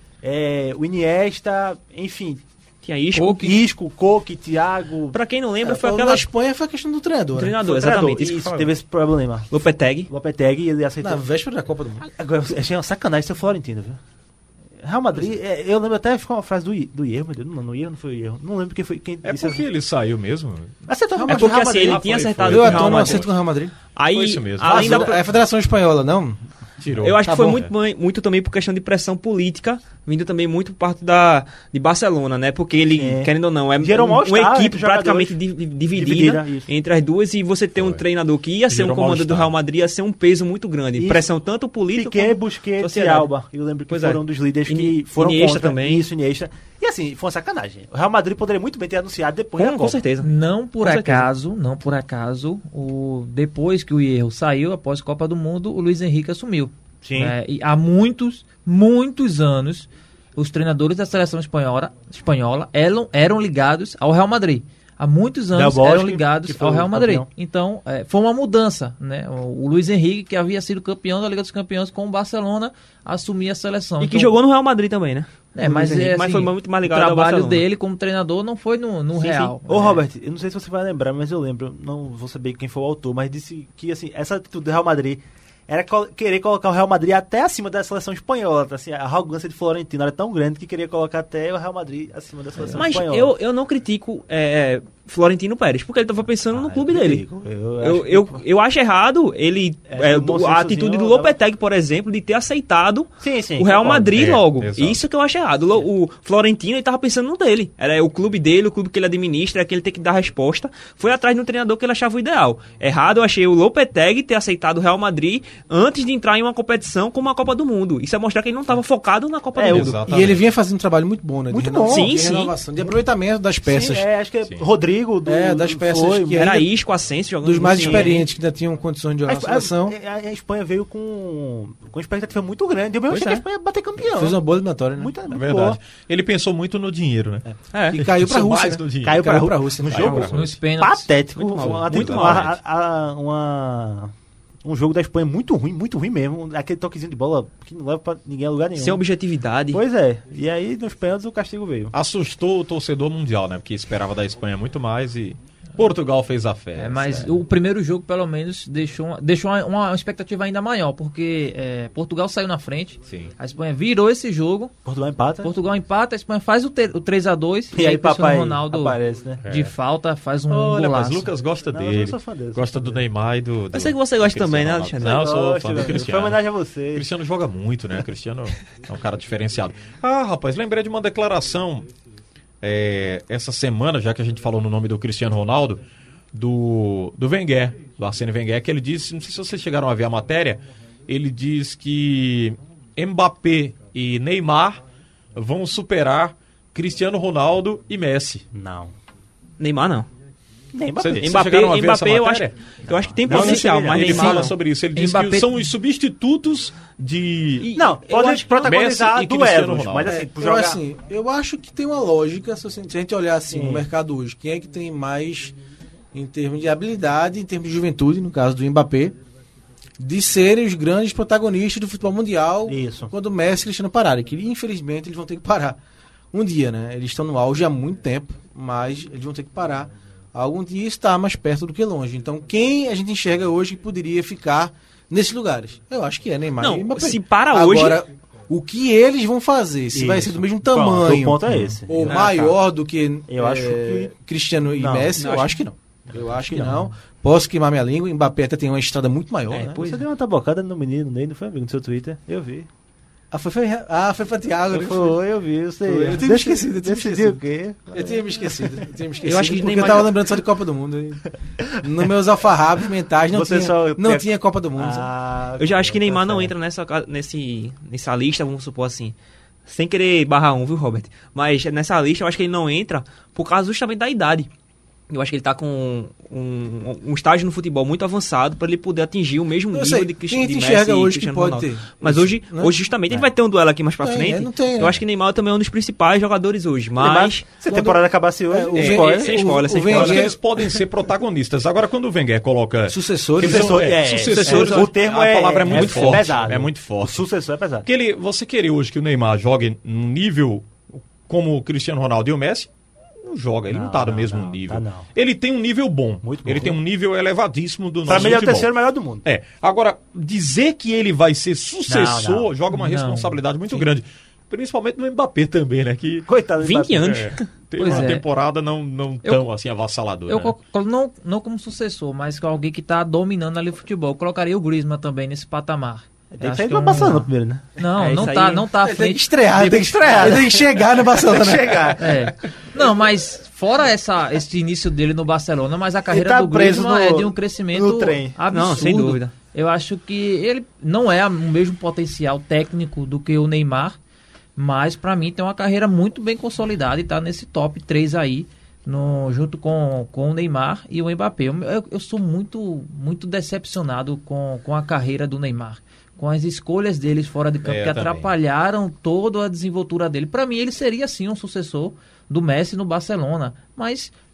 o Iniesta, enfim... Tinha Isco, Coque, Thiago... Pra quem não lembra, foi aquela... Na Espanha foi a questão do treinador. Exatamente. Isso, teve esse problema. Lopetegui, ele aceitou. Na véspera da Copa do Mundo. Agora, achei uma sacanagem ser Florentino, viu? Real Madrid, eu lembro até, ficou uma frase do erro, meu Deus, não foi o erro. Não lembro quem foi. Quem disse porque ele saiu mesmo? Acertou Real Madrid. Porque assim, ele tinha acertado com o Real Madrid. Acerto com o Real Madrid. Aí, foi isso mesmo. Além da... A Federação Espanhola, não... Tirou. Eu acho que foi muito também por questão de pressão política, vindo também muito por parte de Barcelona, né? Porque ele, querendo ou não, é uma equipe praticamente dividida entre as duas, e você ter um treinador que ia ser um comando do Real Madrid, ia ser um peso muito grande. Isso. Pressão tanto política como Busquets e Alba. Eu lembro que foram um dos líderes que foram Iniesta contra também. Isso, Iniesta. E assim, foi uma sacanagem. O Real Madrid poderia muito bem ter anunciado depois da Copa. Com certeza. Não por acaso, depois que o Hierro saiu, após a Copa do Mundo, o Luiz Henrique assumiu. Sim. E há muitos anos, os treinadores da seleção espanhola eram ligados ao Real Madrid. há muitos anos eram ligados ao Real Madrid. Campeão. Então, foi uma mudança, né? O Luiz Henrique, que havia sido campeão da Liga dos Campeões com o Barcelona, assumir a seleção. E que jogou no Real Madrid também, né? Mas foi muito mais ligado o trabalho dele como treinador não foi no Real. Ô, Robert, eu não sei se você vai lembrar, mas eu lembro, não vou saber quem foi o autor, mas disse que assim, essa atitude do Real Madrid era querer colocar o Real Madrid até acima da seleção espanhola. Assim, a arrogância de Florentino era tão grande que queria colocar até o Real Madrid acima da seleção espanhola. Mas eu não critico Florentino Pérez, porque ele estava pensando no clube dele. Eu acho errado ele a atitude do Lopetegui, por exemplo, de ter aceitado o Real Madrid logo. Isso que eu acho errado. O Florentino estava pensando no dele. Era o clube dele, o clube que ele administra, é que ele tem que dar resposta. Foi atrás de um treinador que ele achava o ideal. Errado, eu achei o Lopetegui ter aceitado o Real Madrid antes de entrar em uma competição como a Copa do Mundo. Isso é mostrar que ele não estava focado na Copa do Mundo. Exatamente. E ele vinha fazendo um trabalho muito bom, né? Muito bom. De renovação, de aproveitamento das peças. Acho que Rodrigo das peças que era Isco, Asensio jogando dos mais experientes que ainda tinham condições de jogar na seleção. A Espanha veio com expectativa muito grande. Eu mesmo achei que a Espanha ia bater campeão. Fez uma boa eliminatória, né? Muito verdade. boa. Ele pensou muito no dinheiro, né? E caiu pra Rússia. Caiu pra Rússia no jogo. Nos pênaltis. Patético. Muito mal. Um jogo da Espanha muito ruim mesmo. Aquele toquezinho de bola que não leva pra ninguém a lugar nenhum. Sem objetividade. Pois é. E aí, nos pênaltis, o castigo veio. Assustou o torcedor mundial, né? Porque esperava da Espanha muito mais e Portugal fez a festa. Mas o primeiro jogo, pelo menos, deixou uma expectativa ainda maior, porque Portugal saiu na frente, a Espanha virou esse jogo. Portugal empata, a Espanha faz o 3-2 e aí papai Ronaldo aparece, né? De falta, faz um golaço. Mas Lucas gosta dele, gosta do Neymar e do... Eu sei que você gosta também, né, Alexandre? Não, eu sou fã do Cristiano. Foi homenagem a você. O Cristiano joga muito, né? O Cristiano é um cara diferenciado. Rapaz, lembrei de uma declaração essa semana, já que a gente falou no nome do Cristiano Ronaldo, do Wenger, do Arsène Wenger, que ele disse, não sei se vocês chegaram a ver a matéria, ele diz que Mbappé e Neymar vão superar Cristiano Ronaldo e Messi. Não. Neymar não. Mbappé, eu acho que tem potencial, mas ele Neymar fala não. sobre isso. Ele diz que são os substitutos de... Não, pode protagonizar duelos, mas assim, jogar... eu acho que tem uma lógica, se a gente olhar assim no mercado hoje, quem é que tem mais em termos de habilidade, em termos de juventude, no caso do Mbappé, de serem os grandes protagonistas do futebol mundial quando o Messi e o Cristiano pararem, que infelizmente eles vão ter que parar um dia, né? Eles estão no auge há muito tempo, mas eles vão ter que parar algum dia, está mais perto do que longe. Então, quem a gente enxerga hoje que poderia ficar nesses lugares? Eu acho que é Neymar e Mbappé. Se para hoje... Agora, o que eles vão fazer? Se vai ser do mesmo tamanho, o ponto é esse. Ou maior do que acho que Cristiano e Messi, eu acho que não. Eu acho que não. Posso queimar minha língua, Mbappé até tem uma estrada muito maior, né? Você deu uma tabocada no menino Ney, não foi, amigo, no seu Twitter? Eu vi. Foi pra Thiago, né? Foi, eu vi, eu sei. Eu tinha me esquecido. O quê? Eu tinha me esquecido. Eu acho que porque eu tava lembrando só de Copa do Mundo. Nos meus alfarrábios mentais não tinha Copa do Mundo. Eu já acho que Neymar não entra nessa lista, vamos supor assim. Sem querer barrar viu, Robert? Mas nessa lista eu acho que ele não entra por causa justamente da idade. Eu acho que ele está com um estágio no futebol muito avançado para ele poder atingir o mesmo nível de Cristiano Messi enxerga hoje Cristiano que pode Ronaldo. ter. Mas hoje justamente ele vai ter um duelo aqui mais para frente. Eu acho que Neymar também é um dos principais jogadores hoje. Mas se a temporada acabasse hoje, sem spoiler. Eles podem ser protagonistas. Agora, quando o Wenger coloca sucessores, o termo a palavra é muito forte. Pesado. É muito forte. O sucessor é pesado. Você querer hoje que o Neymar jogue num nível como o Cristiano Ronaldo e o Messi, joga, ele não tá no mesmo nível. Ele tem um nível bom. Muito bom. Ele tem um nível elevadíssimo do nosso futebol. Pra mim, ele é o terceiro melhor do mundo. Agora, dizer que ele vai ser sucessor joga uma responsabilidade muito grande. Principalmente no Mbappé também, né? Que coitado, 20 anos. Tem uma temporada não tão assim avassaladora. Não como sucessor, mas com alguém que tá dominando ali o futebol. Eu colocaria o Griezmann também nesse patamar. Tem que sair do Barcelona primeiro, né? Não tá à frente. Tem que estrear. Ele tem que chegar no Barcelona. Não, mas fora esse início dele no Barcelona, mas a carreira do Griezmann é de um crescimento absurdo. Não, sem dúvida. Eu acho que ele não é o mesmo potencial técnico do que o Neymar, mas para mim tem uma carreira muito bem consolidada e tá nesse top 3 aí, junto com o Neymar e o Mbappé. Eu sou muito, muito decepcionado com a carreira do Neymar, com as escolhas deles fora de campo, que atrapalharam toda a desenvoltura dele. Para mim, ele seria sim um sucessor do Messi no Barcelona, mas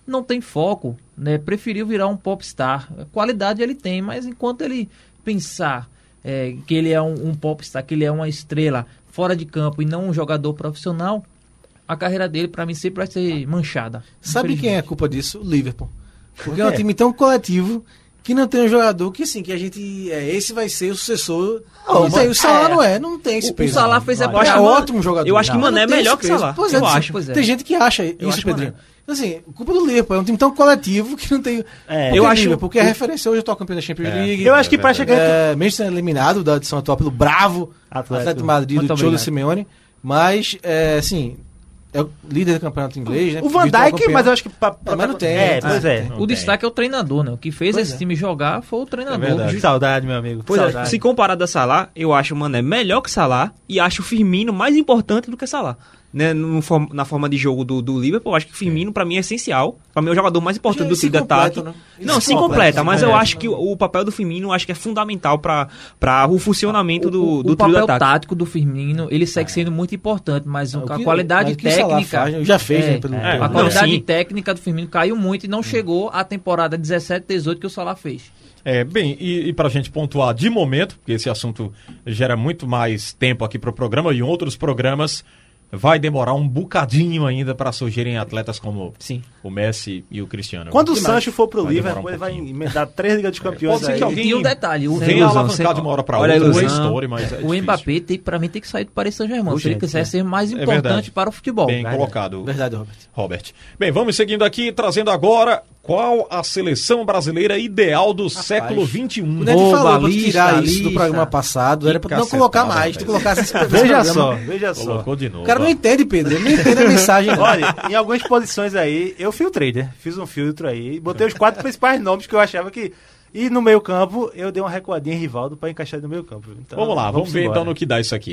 não tem foco, né? Preferiu virar um popstar. Qualidade ele tem, mas enquanto ele pensar que ele é um popstar, que ele é uma estrela fora de campo e não um jogador profissional, a carreira dele, para mim, sempre vai ser manchada. Sabe quem é a culpa disso? O Liverpool. Porque é um time tão coletivo que não tem um jogador que, assim, que a gente... esse vai ser o sucessor. O Salah não tem esse peso. O Salah fez Eu acho ótimo jogador. Eu acho que Mané é melhor que o Salah. Pois é, tem gente que acha isso, Pedrinho. Assim, culpa do Liverpool. É um time tão coletivo que não tem... eu acho... Porque a referência hoje é o atual campeão da Champions League. Eu acho que para chegar... Mesmo sendo eliminado da edição atual pelo bravo Atlético Madrid do Cholo Simeone. Mas, assim... É o líder do campeonato inglês, né? O Van Dijk, mas eu acho que... Mas não tem. Pois é. O destaque é o treinador, né? O que fez esse time jogar foi o treinador. Saudade, meu amigo. Se comparado a Salah, eu acho o Mané melhor que Salah e acho o Firmino mais importante do que Salah. Né, na forma de jogo do Liverpool, eu acho que o Firmino, pra mim, é essencial. Pra mim, é o jogador mais importante do time de ataque. Né? Não, se completa, mas eu acho que o papel do Firmino acho que é fundamental pra o funcionamento do trio de ataque. O papel tático do Firmino, ele segue sendo muito importante, mas a qualidade técnica... já fez, a qualidade técnica do Firmino caiu muito e não chegou à temporada 17-18 que o Salah fez. Bem, e pra gente pontuar de momento, porque esse assunto gera muito mais tempo aqui pro programa e em outros programas... Vai demorar um bocadinho ainda para surgirem atletas como o Messi e o Cristiano. Quando o Sancho for pro Liverpool, ele vai emendar 3 Ligas dos Campeões. Pode ser que alguém e um detalhe, venha alavancar de uma hora para outra. É história, mas o Mbappé, para mim, tem que sair do Paris Saint-Germain. Se ele quiser ser mais importante para o futebol. Bem colocado. Verdade, Robert. Bem, vamos seguindo aqui, trazendo agora qual a seleção brasileira ideal do século XXI. O Neto falou pra tirar isso do programa passado, era pra não colocar mais. Tu colocasse esse Veja só. Colocou de novo. O cara não entende, Pedro. Ele não entende a mensagem. Olha, em algumas posições aí, eu filtrei, né? Fiz um filtro aí e botei os 4 principais nomes que eu achava que... E no meio campo, eu dei uma recuadinha em Rivaldo pra encaixar no meio campo. Então, vamos lá, vamos ver então no que dá isso aqui.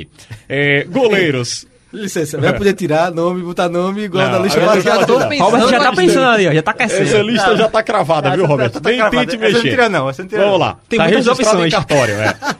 Goleiros. Licença, vai poder tirar nome, botar nome igual da lista. Robert já tá pensando ali, já tá aquecendo. Essa lista já tá cravada, viu, Robert? Nem tente mexer. Essa não tira não, essa não tira Vamos lá. Tem muitas opções. Em cartório,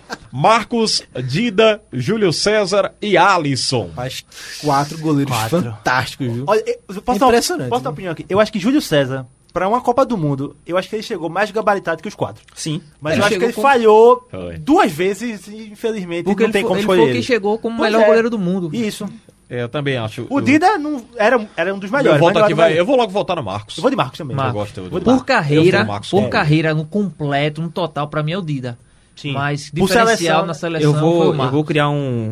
Marcos, Dida, Júlio César e Alisson. Faz 4 goleiros fantásticos, viu? Olha, impressionante. Posso dar opinião aqui? Eu acho que Júlio César, pra uma Copa do Mundo, eu acho que ele chegou mais gabaritado que os 4. Sim. Mas eu acho que ele falhou 2 vezes e, infelizmente, porque não tem como escolher. Ele foi quem chegou como o melhor goleiro do mundo. Isso. Eu também acho. O Dida não, era um dos melhores. Eu vou logo votar no Marcos. Eu vou de Marcos também. Por carreira, no completo, no total, pra mim é o Dida. Sim. Mas diferencial na seleção foi o Marcos. Eu vou criar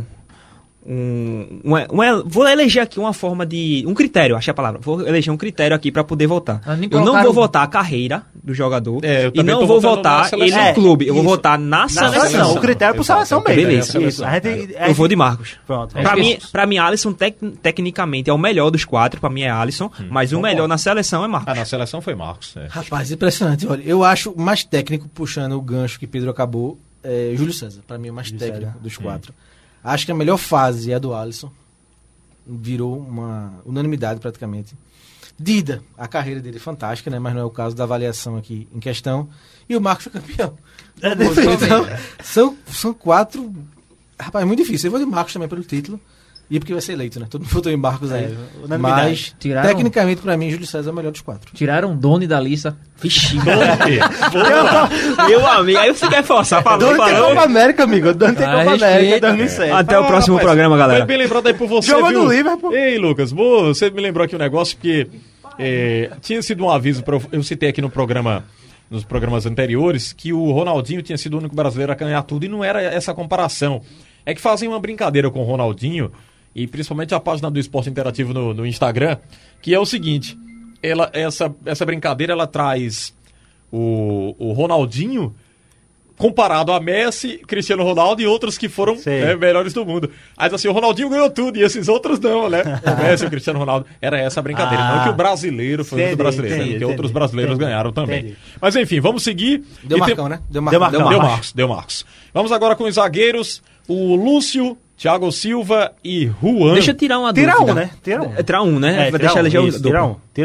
vou eleger aqui uma forma de... Um critério, achei a palavra. Vou eleger um critério aqui pra poder votar. Eu não vou votar a carreira do jogador e não vou votar ele no clube. Eu vou votar na seleção. O critério pro seleção mesmo. Beleza. Eu vou de Marcos. Pronto. Pra mim, Alisson tecnicamente é o melhor dos 4. Pra mim é Alisson. Mas o melhor na seleção é Marcos. Na seleção foi Marcos. Rapaz, impressionante. Olha, eu acho mais técnico, puxando o gancho que Pedro acabou, Júlio César. Pra mim é o mais técnico dos 4. Acho que a melhor fase é a do Alisson. Virou uma unanimidade praticamente. Dida, a carreira dele é fantástica, né? Mas não é o caso da avaliação aqui em questão. E o Marcos foi campeão. Então, são 4... Rapaz, é muito difícil. Eu vou de Marcos também pelo título. E porque vai ser eleito, né? Todo mundo votou em Marcos aí. Mas, tecnicamente, pra mim, Júlio César é o melhor dos 4. Tiraram o Doni da lista. Vixe, meu amigo, aí você quer forçar pra Doni tem Copa América, amigo. Doni tem Copa América 2007. Até o próximo programa, galera. Foi bem lembrado aí por você, Jogou viu? no Liverpool. Ei, Lucas, você me lembrou aqui um negócio porque tinha sido um aviso, eu citei aqui no programa... Nos programas anteriores, que o Ronaldinho tinha sido o único brasileiro a ganhar tudo, e não era essa comparação. É que fazem uma brincadeira com o Ronaldinho, e principalmente a página do Esporte Interativo no Instagram, que é o seguinte, essa brincadeira ela traz o Ronaldinho comparado a Messi, Cristiano Ronaldo e outros que foram melhores do mundo. Aí assim, o Ronaldinho ganhou tudo e esses outros não, né? O Messi, o Cristiano Ronaldo, era essa a brincadeira. Não que o brasileiro foi muito brasileiro, né? Porque outros brasileiros ganharam também. Mas enfim, vamos seguir. Deu Marcão, né? Deu Marcos. Vamos agora com os zagueiros, o Lúcio, Thiago Silva e Juan. Deixa eu tirar uma dúvida. Tira um, né? Tirar um, né? Deixa eu eleger o Tira um daí.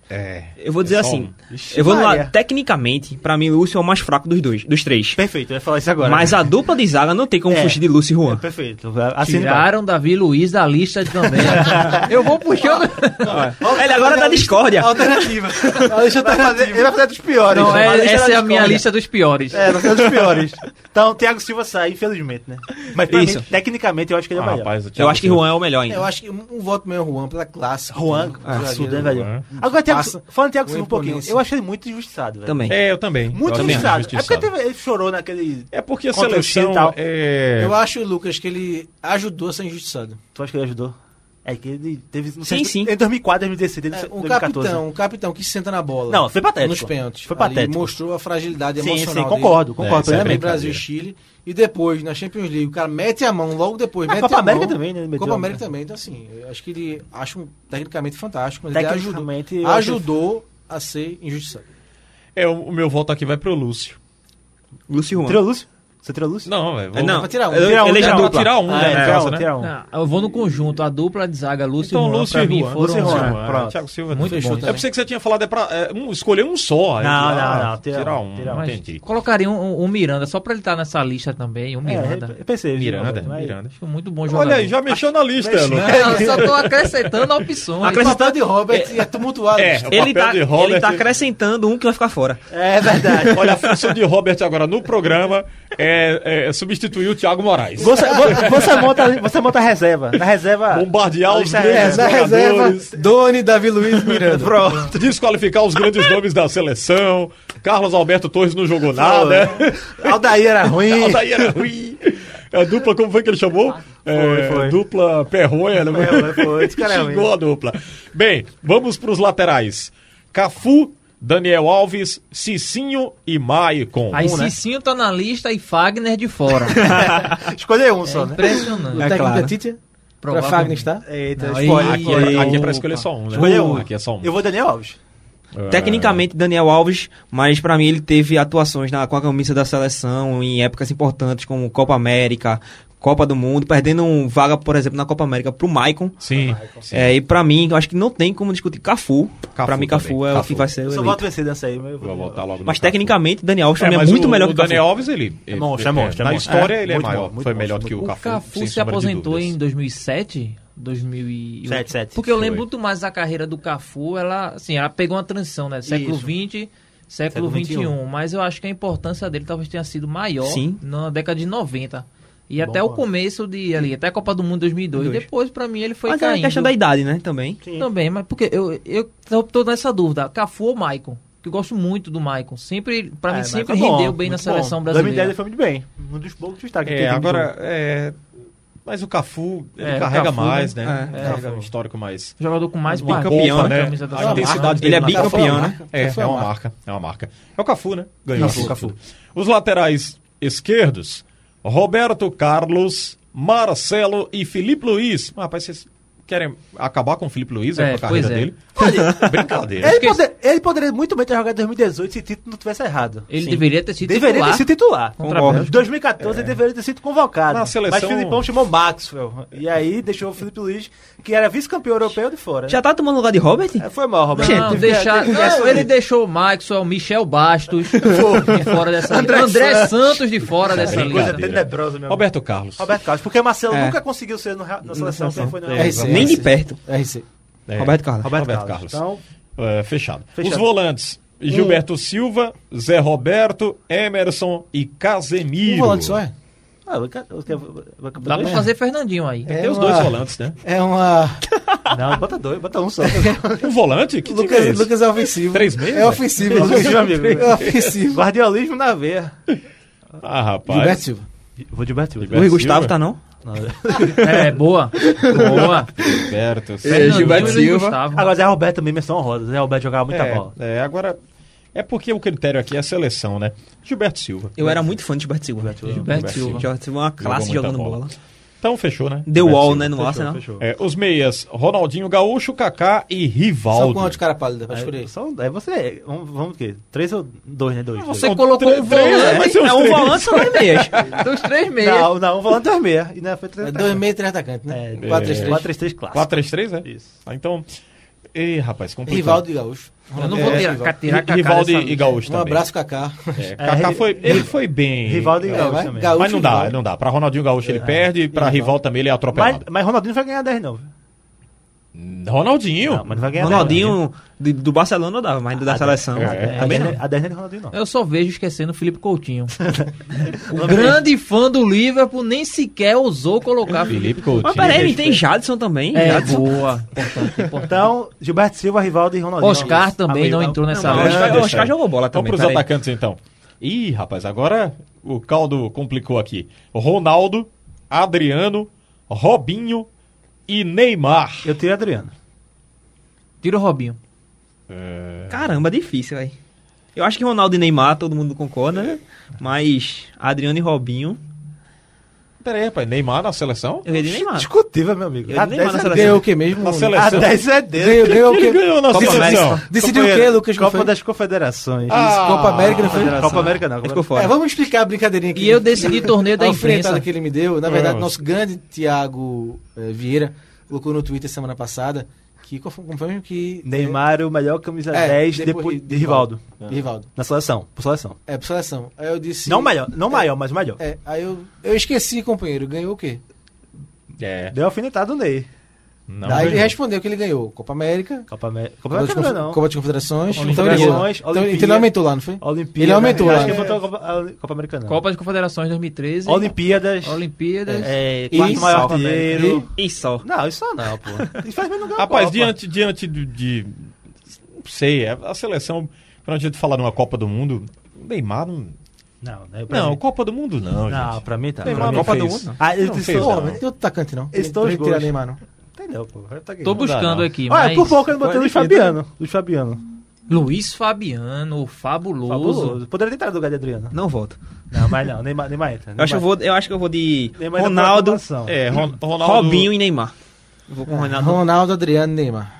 Eu vou dizer assim, eu vou lá, tecnicamente, pra mim, Lúcio é o mais fraco dos três. Perfeito, eu ia falar isso agora. Mas a dupla de zaga não tem como fugir de Lúcio e Juan. Perfeito. Tiraram Davi Luiz da lista também. Eu vou puxando. Ele agora tá discórdia. Alternativa. Ele vai fazer dos piores. Não, essa é a minha lista dos piores. Vai ser dos piores. Então, Thiago Silva sai, infelizmente, né? Mas pra mim, tecnicamente, eu acho que ele é o melhor. Rapaz, Eu acho que Juan é o melhor ainda. Eu acho que um voto meio Juan pela classe. Juan, absurdo, né, velho? Agora, falando de Thiago Silva um pouquinho, eu achei ele muito injustiçado, velho. Também. Eu também. Muito injustiçado. É porque ele chorou naquele... É porque a seleção... Eu acho, Lucas, que ele ajudou a ser injustiçado. Tu acha que ele ajudou? É que ele teve... Sim. Em 2004, 2016, 2014. Um capitão que se senta na bola. Não, foi patético. Nos pênaltis. Foi patético. Mostrou a fragilidade emocional dele. Concordo plenamente. Brasil e Chile. E depois, na Champions League, o cara mete a mão logo depois. Mete Copa a América mão. também, né? Copa América também. Então, assim, eu acho que ele... Acho tecnicamente fantástico, mas tecnicamente, ele ajudou a ser injustiçado. O meu voto aqui vai pro Lúcio. Lúcio e Juan. Tirou Lúcio? Você tirou Lúcio? Não, vai tirar um. Ele já dupla. Tirar um, né? Tirar um. Não, eu vou no conjunto, a dupla de zaga, Lúcio então, e Juan, Lúcio pra e mim, Juan. foram... Lúcio e Juan. Pronto. Thiago Silva Muito bom. Eu pensei que você tinha falado escolher um só. Não. Tirar um. Entendi. Colocaria um Miranda, só pra ele estar nessa lista também, Miranda. Eu pensei. Miranda. Acho muito bom jogador. Olha aí, já mexeu na lista, Não, eu só tô acrescentando opções. Acrescentando de Robert é tumultuado. Ele tá acrescentando um que vai ficar fora. É verdade. Olha, a função de Robert agora no programa é substituir o Thiago Moraes. Você monta a reserva. Na reserva... Bombardear os grandes na reserva, jogadores. Doni, Davi Luiz, Miranda. Pronto. Desqualificar os grandes nomes da seleção. Carlos Alberto Torres não jogou nada. Aldair era ruim. A dupla, como foi que ele chamou? Foi. Dupla Perronha. Foi. Esse cara é ruim. Xingou a dupla. Bem, vamos para os laterais. Cafu, Daniel Alves, Cicinho e Maicon. Aí Cicinho tá na lista e Fagner de fora. Escolher um só, né? Impressionante. O técnico da Tite? Pra Fagner está? Eita, Aqui é pra escolher só um, né? Escolher um. Aqui é só um. Eu vou Daniel Alves. Tecnicamente, Daniel Alves, mas pra mim ele teve atuações com a camisa da seleção em épocas importantes como Copa América, Copa do Mundo, perdendo vaga, por exemplo, na Copa América pro Maicon. Sim. E pra mim, eu acho que não tem como discutir Cafu. Pra mim, Cafu é o que vai ser o Eu só voto vencer dessa aí, mas eu vou voltar logo. Mas tecnicamente, Daniel Alves também é muito melhor que o Cafu. Daniel Alves, ele é monstro. Na história, ele é maior. Bom, foi melhor do que o Cafu. O Cafu se aposentou em 2007... 2007. Porque eu lembro muito mais da carreira do Cafu, ela pegou uma transição, né? Século XX, século XXI. Mas eu acho que a importância dele talvez tenha sido maior na década de 90. E até o começo até a Copa do Mundo 2002. Depois, pra mim, ele foi caindo. Mas é a questão da idade, né? Também. Sim. Também, mas porque eu tô nessa dúvida. Cafu ou Maicon? Que eu gosto muito do Maicon. Pra mim, sempre rendeu bem na seleção brasileira. 2010 ele foi muito bem. Um dos poucos destaques. Mas o Cafu, ele carrega mais, né? Carrega um histórico mais... Jogador com mais bicampeão, né? A intensidade dele é bicampeão, né? É uma marca. É o Cafu, né? Ganhou o Cafu. Os laterais esquerdos, Roberto Carlos, Marcelo e Felipe Luiz. Rapaz, vocês querem acabar com o Felipe Luiz, com a carreira dele? Brincadeira. Ele poderia muito bem ter jogado em 2018 se o título não tivesse errado. Ele deveria ter sido titular. Em 2014 ele deveria ter sido convocado. Na seleção... Mas o Filipão chamou Maxwell. E aí deixou o Felipe Luiz, que era vice-campeão europeu, de fora. Já tá tomando lugar de Robert? Foi mal, Robert. Ele deixou o Maxwell, Michel Bastos de fora dessa lista. André Santos de fora dessa lista. Roberto Carlos. Porque o Marcelo nunca conseguiu ser na seleção. Nem de perto. RC. Roberto Carlos. Então, fechado. Os volantes, Gilberto Silva, Zé Roberto, Emerson e Casemiro. Um volante só é? Dá pra fazer Fernandinho aí. Tem os dois volantes, né? Não, bota um só. Um volante? Que Lucas é ofensivo. 3 meses? É ofensivo, amigo. É ofensivo. Guardiolismo na veia. Rapaz. Gilberto Silva. Vou de Gilberto Silva. O Rui Gustavo tá não? Boa. Gilberto Silva. Agora Zé Roberto também, menção honrosa. Zé Roberto jogava muita bola. Agora... É porque o critério aqui é a seleção, né? Gilberto Silva. Eu era muito fã de Gilberto Silva. Gilberto Silva. Gilberto Silva é uma classe jogando bola. Então fechou, né? Deu wall, né? No Arsenal. Os meias, Ronaldinho Gaúcho, Kaká e Rivaldo. Só com de cara pálida, pra escolher. Você, vamos o quê? 3 ou 2, né? 2. Você colocou um volante. Um volante são 2 meias. Dos 3 meias. Não, um volante 2 meias. E não foi 2 meias e 3 atacantes, né? 4-3-3 clássico. 4-3-3, é? Isso. Então, Ei, rapaz, complicado. Rivaldo e Gaúcho. Eu não vou tirar Kaká Rivaldo dessa e Gaúcho Um também. abraço, Kaká. Kaká foi bem. Rivaldo e Gaúcho também. Gaúcho Mas não e dá, Rivaldo. não dá. Pra Ronaldinho Gaúcho ele perde, pra Rivaldo também ele é atropelado. Mas Ronaldinho não vai ganhar 10 não. Ronaldinho. Não, mas não vai ganhar Ronaldinho do Barcelona não dava, mas da seleção. Também não. A 10 não é de Ronaldinho, não. Eu só vejo esquecendo o Felipe Coutinho. O grande fã do Liverpool nem sequer ousou colocar Felipe Coutinho. Mas peraí, tem Jadson também. É, Jadson. boa. Importante. Então, Gilberto Silva, Rivaldo e Ronaldinho. Oscar também não entrou nessa Não, lista. o Oscar jogou bola Vamos também. pros atacantes então. Ih, rapaz, agora o caldo complicou aqui. Ronaldo, Adriano, Robinho e Neymar. Eu tiro Adriano. Tira o Robinho. Caramba, difícil, velho. Eu acho que Ronaldo e Neymar, todo mundo concorda, né? Mas Adriano e Robinho, Pera aí, rapaz, Neymar na seleção? eu ia de Neymar. Discutível, meu amigo. Eu A nem mando 10 essa é Ganhou o que mesmo? Na A seleção. 10 é dele. Ganhou o Ele que? ganhou na Copa seleção. América. Decidiu o que, Lucas? Não Copa foi? das Confederações. Copa América, não foi? Copa América não. Ficou fora. Vamos explicar a brincadeirinha aqui. E eu decidi torneio da A alfinetada imprensa. que ele me deu. Na verdade, Vamos. nosso grande Thiago Vieira colocou no Twitter semana passada que conforme que Neymar, o melhor camisa 10 depois de Rivaldo. Rivaldo. Na seleção, por seleção. É, por seleção. Aí eu disse... Não maior, mas o melhor. Aí eu esqueci, companheiro. Ganhou o quê? Deu alfinetado no Ney. Não, Daí ele ganhou. respondeu que ele ganhou Copa América, Copa América não. Copa de Confederações. Confederações, Então ele Olimpíada. aumentou lá, não foi? Olimpíada. Ele aumentou Acho lá. que ele botou a Copa América não. Copa de Confederações 2013. Olimpíadas. Olimpíadas. Quarto Isso. maior Copa artilheiro. E só. Não, isso não, pô. Infelizmente não ganhou Rapaz, Copa. diante de não sei, a seleção, pra gente falar de uma Copa do Mundo, o Neymar não... Não, Copa do Mundo não, Não, gente. pra mim tá. Neymar Pra mim não Copa do fez. Mundo, não. Ah, ele Não disse, fez, pô, não. Não tem outro atacante, não. Esses dois Não tirar gols. Neymar, não. Entendeu, pô. Tô Não dá, buscando não. aqui, Olha, mas... por pouco eu não botei Foi Luiz difícil, Fabiano. Luiz Fabiano. Luiz Fabiano, fabuloso. Fabuloso. Poderia ter entrado no lugar de Adriano. Não volto. Não, mas não. Neymar entra. Eu acho que eu vou de Neymar entra Ronaldo, pela formação. Ronaldo, Robinho e Neymar. Eu vou com o Ronaldo. Ronaldo, Adriano, Neymar.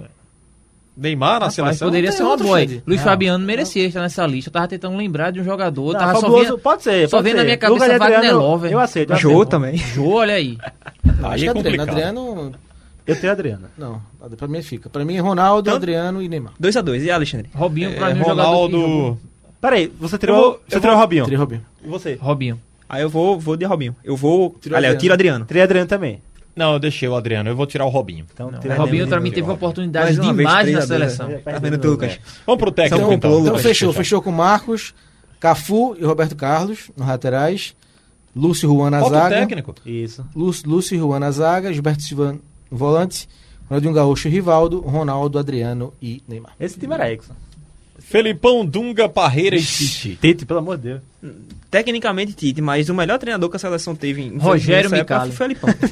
Neymar na Mas seleção? poderia tem ser uma outro, boa. Xande. Luiz Não. Fabiano merecia estar nessa lista. Eu tava tentando lembrar de um jogador. Não, Tava só fabuloso, vendo, pode ser. só pode vendo ser. na minha cabeça Lugar de Wagner Adriano, Love. Eu aceito. Jô também. Jô, olha aí. Acho Aí que é Adriano. complicado. Adriano... Eu tenho Adriano. Não, pra mim fica. Pra mim é Ronaldo, Então- Adriano e Neymar. 2-2. E Alexandre? Robinho, pra mim, um jogador que jogou. Ronaldo... Peraí, você tirou o Robinho. Tirei Robinho. E você? Robinho. Aí eu vou de Robinho. Eu vou... Tiro Aliás, eu tiro Adriano. Tirei Adriano também. Não, eu deixei o Adriano, eu vou tirar o Robinho. Então, Não, tirei Robinho Adriano. também teve Robinho. oportunidades Mais uma vez, demais na 3-2, seleção. né? Tá vendo tu, Lucas? Vamos pro técnico São então. complô, Então Lucas. fechou com Marcos, Cafu e Roberto Carlos nos laterais, Lúcio Juan na Falta o zaga, técnico. Isso. Lúcio Juan na zaga, Gilberto Silva no volante, Ronaldinho Gaúcho e Rivaldo, Ronaldo, Adriano e Neymar. Esse time era Exxon. Felipão, Dunga, Parreira e Tite. Tite, pelo amor de Deus. Tecnicamente Tite, mas o melhor treinador que a seleção teve em Rogério nessa época Micali. foi o Felipão.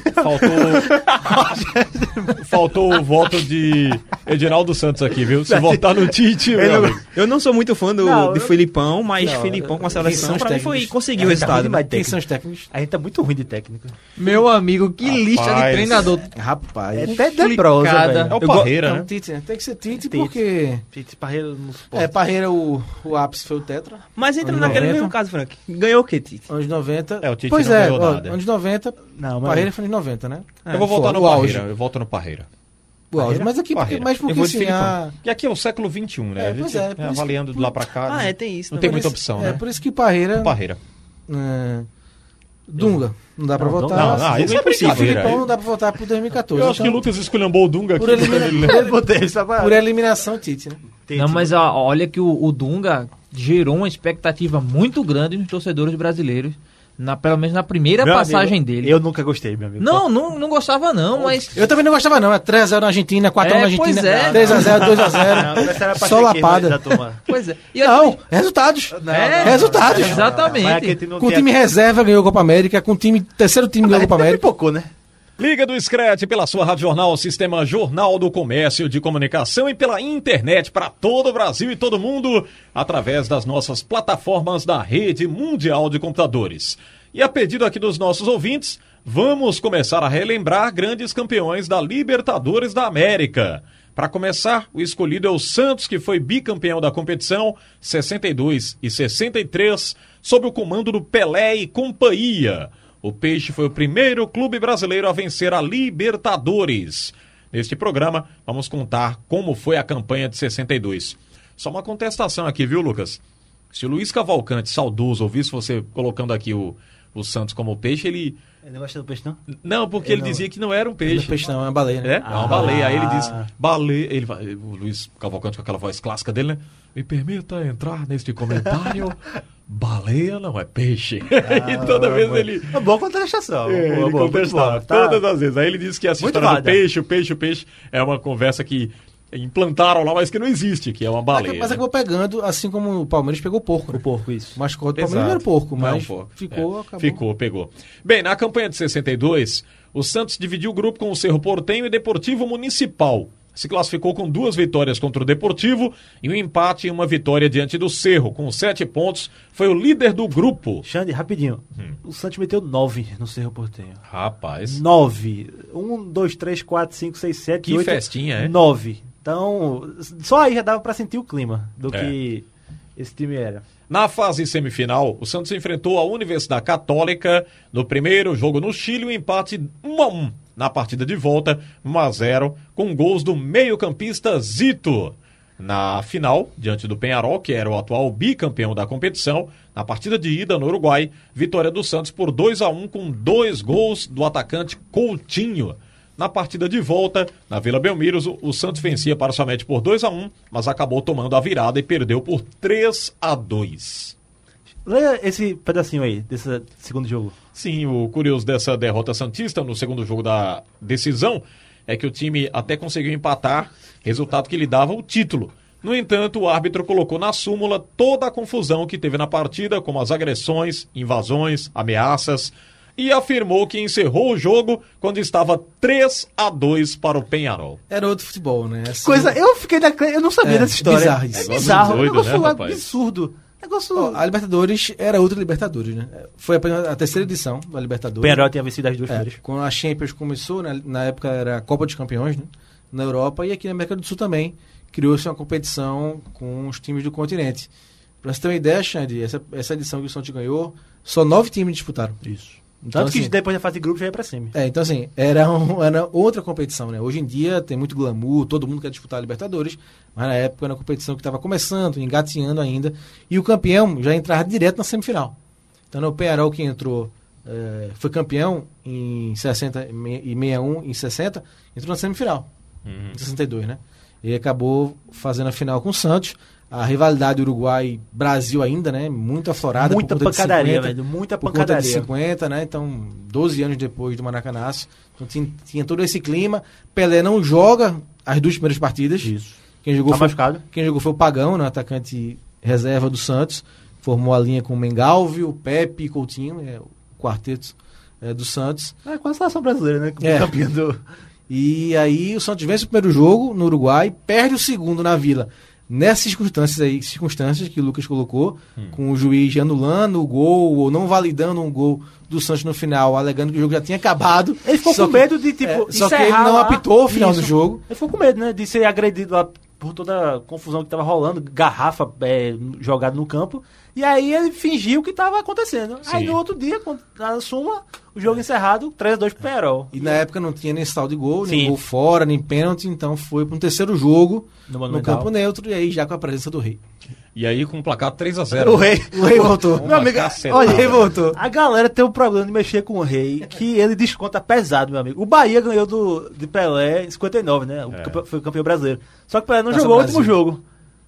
Faltou o voto de Edinaldo Santos aqui, viu? Se votar no Tite, meu amigo. Eu não sou muito fã do Felipão, mas Não, Felipão com a quem seleção são os pra mim técnicos? conseguiu o resultado. demais. Quem são os técnicos? A gente tá muito ruim de técnico. Meu amigo, que lista de Rapaz. treinador. Rapaz. É até debrosa, Complicada. velho. É o Parreira, Não, né? Tite, né? Tem que ser Tite, Tite. porque... Tite Parreira no suporte. Parreira, o ápice foi o Tetra, Mas entra Anos naquele 90. mesmo caso, Frank. Ganhou o quê, Tite? anos 90. É, o Tite pois não é, ganhou ó, nada. anos 90, Não, mas... Parreira foi anos 90, né? Eu vou votar no o auge. Parreira. Eu voto no Parreira. O auge. Mas aqui, Parreira. mas Eu porque vou de assim, Felipão. E aqui é o século XXI, né? É, A gente pois é, por isso avaliando de lá pra cá. Ah, tem isso. Não tem também. muita opção, é né? por isso que Parreira... Parreira. Dunga, não dá pra Não, votar. não, isso é Dunga brincadeira. Filipão não dá pra votar por 2014. Eu acho que o Lucas esculhambou o Dunga aqui. Por eliminação, Eu botei só pra... por eliminação, Tite, né? Não, mas ó, olha que o Dunga gerou uma expectativa muito grande nos torcedores brasileiros, pelo menos na primeira Meu passagem amigo, dele. Eu nunca gostei, meu amigo. Não gostava não, mas... Eu também não gostava, não. É 3x0 na Argentina, 4x1 na pois Argentina, é. 3x0, 2x0. Não, essa era a Só parte aqui, lapada. da turma. Pois é. E Não, resultados. Resultados. Exatamente. Mas aquele time não Com o tem- time reserva ganhou a Copa América, com o time terceiro time ganhou a Copa América. Pipocou, né? Liga do Scratch pela sua Rádio Jornal, Sistema Jornal do Comércio de Comunicação e pela internet para todo o Brasil e todo mundo através das nossas plataformas da Rede Mundial de Computadores. E a pedido aqui dos nossos ouvintes, vamos começar a relembrar grandes campeões da Libertadores da América. Para começar, o escolhido é o Santos, que foi bicampeão da competição 62 e 63, sob o comando do Pelé e companhia. O Peixe foi o primeiro clube brasileiro a vencer a Libertadores. neste programa. Vamos contar como foi a campanha de 62. Só uma contestação aqui, viu, Lucas? Se o Luiz Cavalcante, saudoso, ouvisse você colocando aqui o Santos como peixe, ele... Ele não gosta do peixe, não? Não, porque ele dizia que não era um peixe. Não é peixe, não, é uma baleia, né? É uma baleia. Aí ele diz, baleia. O Luiz Cavalcante, com aquela voz clássica dele, né? Me permita entrar neste comentário. Baleia não é peixe. E toda vez ele... É boa contestação. Ele contestava todas as vezes. Aí ele disse que essa história do peixe é uma conversa que implantaram lá, mas que não existe, que é uma baleia. Mas acabou pegando, assim como o Palmeiras pegou o porco. Né? O porco, isso. O mascote do Palmeiras era porco, mas ficou, pegou. Bem, na campanha de 62, o Santos dividiu o grupo com o Cerro Porteño e Deportivo Municipal. Se classificou com 2 vitórias contra o Deportivo e um empate e uma vitória diante do Cerro. Com 7 pontos, foi o líder do grupo. Xande, rapidinho. O Santos meteu 9 no Cerro Porteño. Rapaz. 9. 1, 2, 3, 4, 5, 6, 7, que 8. Que festinha, é? 9. Então, só aí já dava pra sentir o clima do que esse time era. Na fase semifinal, o Santos enfrentou a Universidade Católica no primeiro jogo no Chile, um empate 1-1. Na partida de volta, 1-0, com gols do meio-campista Zito. Na final, diante do Peñarol, que era o atual bicampeão da competição, na partida de ida no Uruguai, vitória do Santos por 2-1 com 2 gols do atacante Coutinho. Na partida de volta, na Vila Belmiro, o Santos vencia parcialmente por 2-1, mas acabou tomando a virada e perdeu por 3-2. Leia esse pedacinho aí, desse segundo jogo. Sim, o curioso dessa derrota santista no segundo jogo da decisão é que o time até conseguiu empatar, resultado que lhe dava o título. No entanto, o árbitro colocou na súmula toda a confusão que teve na partida, como as agressões, invasões, ameaças, e afirmou que encerrou o jogo quando estava 3-2 para o Peñarol. Era outro futebol, né? Assim... Eu não sabia dessa história. Bizarro isso. Bizarro, doido, negócio né, rapaz? absurdo. A Libertadores era outra Libertadores, né? Foi a terceira edição da Libertadores. O Peñarol tinha vencido as 2 primeiras. Quando a Champions começou, né? Na época era a Copa dos Campeões, né? Na Europa, e aqui na América do Sul também criou-se uma competição com os times do continente. Pra você ter uma ideia, Xande, essa edição que o Santos ganhou, só 9 times disputaram. Isso. Então, Tanto que assim, depois da fase de grupo já ia pra cima. Então assim, era outra competição, né? Hoje em dia tem muito glamour, todo mundo quer disputar a Libertadores, mas na época era uma competição que estava começando, engatinhando ainda, e o campeão já entrava direto na semifinal. Então o Peñarol que entrou, foi campeão em 60 e 61, em 60, entrou na semifinal, em 62, né? E acabou fazendo a final com o Santos. A rivalidade Uruguai-Brasil ainda, né? Muito aflorada. Muita pancadaria, velho. Muita pancadaria. Por conta de 50, né? Então, 12 anos depois do Maracanaço. Então, tinha todo esse clima. Pelé não joga as 2 primeiras partidas. Isso. Quem jogou foi o Pagão, né? Atacante reserva do Santos. Formou a linha com o Mengalvio, Pepe e Coutinho. O quarteto do Santos. Com a seleção brasileira, né? Campeão do... E aí o Santos vence o primeiro jogo no Uruguai, perde o segundo na Vila. Nessas circunstâncias que o Lucas colocou, com o juiz anulando o gol ou não validando um gol do Santos no final, alegando que o jogo já tinha acabado. Ele ficou com medo de, só que ele não apitou o final do jogo. Ele ficou com medo, né, de ser agredido lá por toda a confusão que estava rolando, garrafa jogada no campo. E aí ele fingiu que estava acontecendo. Sim. Aí no outro dia, na suma, o jogo encerrado, 3-2 pro Peñarol. E na época não tinha nem saldo de gol, nem gol fora, nem pênalti, então foi para um terceiro jogo no campo neutro, e aí já com a presença do Rei. E aí com o placar 3-0. O Rei voltou. Meu amigo, olha, o Rei voltou. A galera tem um problema de mexer com o Rei, que ele desconta pesado, meu amigo. O Bahia ganhou de Pelé em 59, né? Foi o campeão brasileiro. Só que o Pelé não jogou o último jogo.